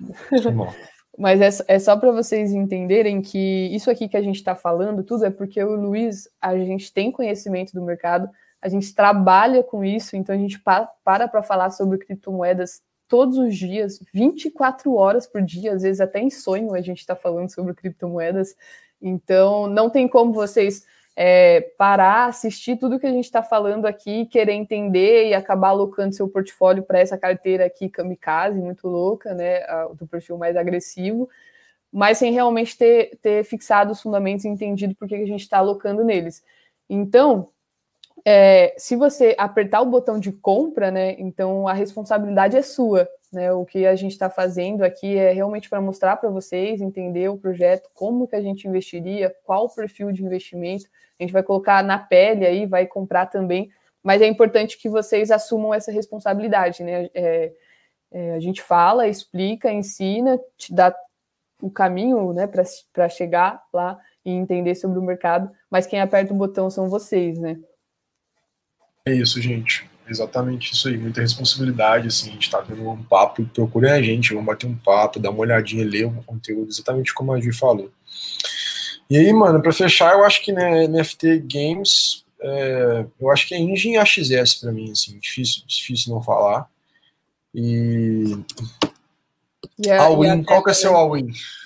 Mas é só para vocês entenderem que isso aqui que a gente está falando, tudo é porque o Luiz, a gente tem conhecimento do mercado, a gente trabalha com isso, então a gente para falar sobre criptomoedas todos os dias, 24 horas por dia, às vezes até em sonho a gente está falando sobre criptomoedas. Então, não tem como vocês parar, assistir tudo que a gente está falando aqui, querer entender e acabar alocando seu portfólio para essa carteira aqui, kamikaze, muito louca, né, do perfil mais agressivo, mas sem realmente ter fixado os fundamentos e entendido por que a gente está alocando neles. Então, se você apertar o botão de compra, né, então a responsabilidade é sua, né? O que a gente está fazendo aqui é realmente para mostrar para vocês, entender o projeto, como que a gente investiria, qual o perfil de investimento, a gente vai colocar na pele aí, vai comprar também, mas é importante que vocês assumam essa responsabilidade, né? A gente fala, explica, ensina, te dá o caminho, né, para chegar lá e entender sobre o mercado, mas quem aperta o botão são vocês, né? É isso, gente. Exatamente isso aí. Muita responsabilidade, assim, a gente tá tendo um papo, procurem a gente, vamos bater um papo, dar uma olhadinha, ler o conteúdo, exatamente como a Gi falou. E aí, mano, pra fechar, eu acho que, né, NFT Games, eu acho que é Engine AXS pra mim, assim, difícil não falar. All-in, qual que é seu all-in?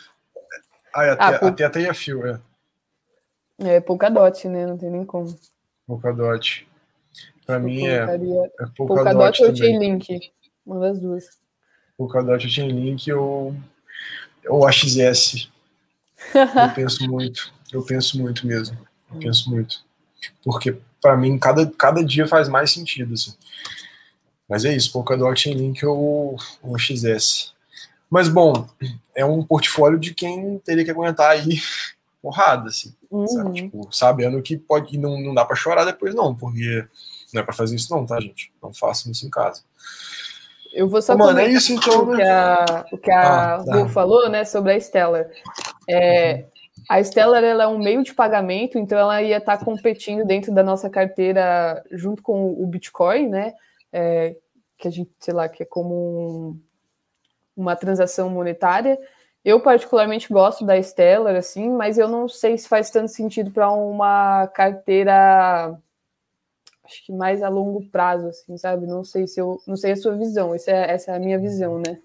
A Teta e a Phil, Polkadot, né? Não tem nem como. Polkadot. Pra mim Polkadot ou Chainlink, uma das duas. Polkadot ou Chainlink ou AXS. Eu penso muito mesmo. Porque pra mim cada dia faz mais sentido, assim. Mas é isso, Polkadot, Chainlink ou AXS. Mas bom, é um portfólio de quem teria que aguentar aí porrada, assim. Sabe? Tipo, sabendo que pode não dá pra chorar depois não, porque não é pra fazer isso não, tá, gente? Não façam isso em casa. Eu vou só comentar isso, então, o que a Rô falou, né, sobre a Stellar. A Stellar, ela é um meio de pagamento, então ela ia estar competindo dentro da nossa carteira junto com o Bitcoin, né, que a gente, sei lá, que é como uma transação monetária. Eu particularmente gosto da Stellar, assim, mas eu não sei se faz tanto sentido para uma carteira, acho que mais a longo prazo, assim, sabe? Não sei a sua visão, essa é a minha visão, né?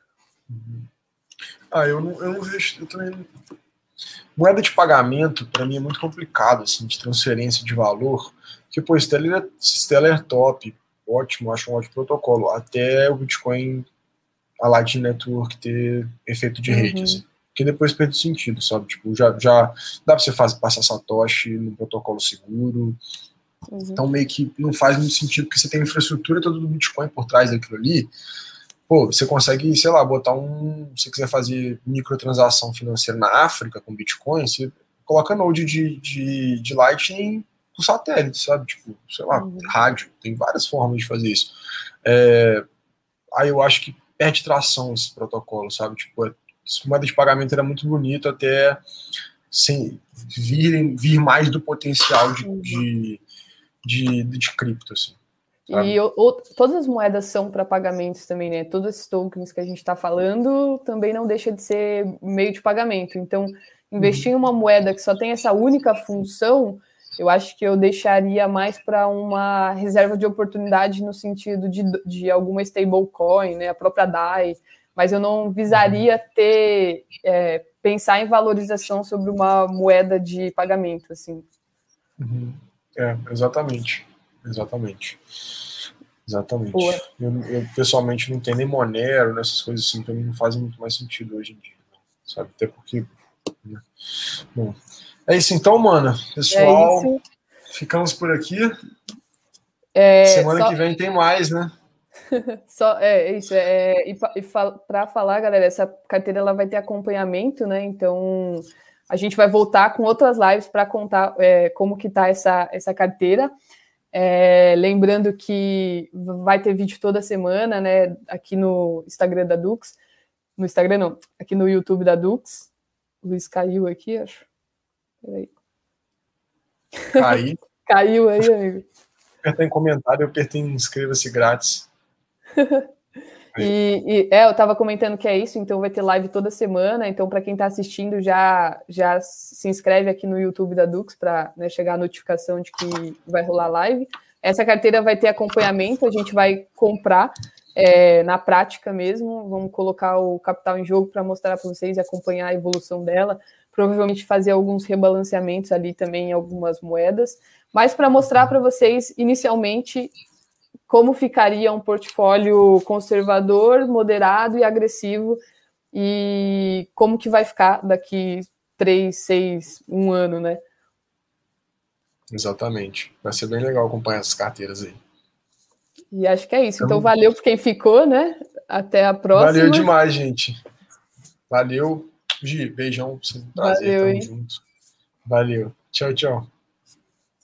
Eu não vejo, eu também. Moeda de pagamento, para mim, é muito complicado, assim, de transferência de valor, porque, pô, Stellar é top, ótimo, acho um ótimo protocolo, até o Bitcoin, a Lightning Network ter efeito de rede, assim, que depois perde o sentido, sabe? Tipo, já dá pra você passar Satoshi num protocolo seguro, então meio que não faz muito sentido, porque você tem a infraestrutura toda do Bitcoin por trás daquilo ali. Pô, você consegue, sei lá, botar se você quiser fazer microtransação financeira na África com Bitcoin, você coloca node de Lightning com satélite, sabe? Tipo, sei lá, rádio, tem várias formas de fazer isso. Aí eu acho que perde tração esse protocolo, sabe? Tipo, a moeda de pagamento era muito bonito até sem vir mais do potencial de cripto, assim. E todas as moedas são para pagamentos também, né? Todos esses tokens que a gente está falando também não deixa de ser meio de pagamento. Então, investir em uma moeda que só tem essa única função, eu acho que eu deixaria mais para uma reserva de oportunidade no sentido de alguma stablecoin, né? A própria DAI, mas eu não visaria pensar em valorização sobre uma moeda de pagamento, assim. Exatamente. Eu pessoalmente não tenho nem Monero, nessas coisas assim, pra mim não fazem muito mais sentido hoje em dia, sabe? Até porque. Né? Bom, é isso então, mano. Pessoal, ficamos por aqui. Semana que vem tem mais, né? Para falar, galera, essa carteira ela vai ter acompanhamento, né? Então a gente vai voltar com outras lives para contar como que tá essa carteira. Lembrando que vai ter vídeo toda semana, né? Aqui no Instagram da Dux. No Instagram não, aqui no YouTube da Dux. O Luiz caiu aqui, acho. Peraí. Caiu aí, amigo. Apertar em comentário, eu apertei em inscreva-se grátis. Eu estava comentando que é isso, então vai ter live toda semana. Então, para quem está assistindo, já se inscreve aqui no YouTube da Dux para chegar a notificação de que vai rolar live. Essa carteira vai ter acompanhamento, a gente vai comprar na prática mesmo. Vamos colocar o capital em jogo para mostrar para vocês e acompanhar a evolução dela. Provavelmente fazer alguns rebalanceamentos ali também em algumas moedas. Mas para mostrar para vocês, inicialmente, como ficaria um portfólio conservador, moderado e agressivo, e como que vai ficar daqui 3, 6, 1 ano, né? Exatamente. Vai ser bem legal acompanhar essas carteiras aí. E acho que é isso. Então, valeu por quem ficou, né? Até a próxima. Valeu demais, gente. Valeu. Gi, beijão pra você. Prazer, tamo junto. Valeu. Tchau, tchau.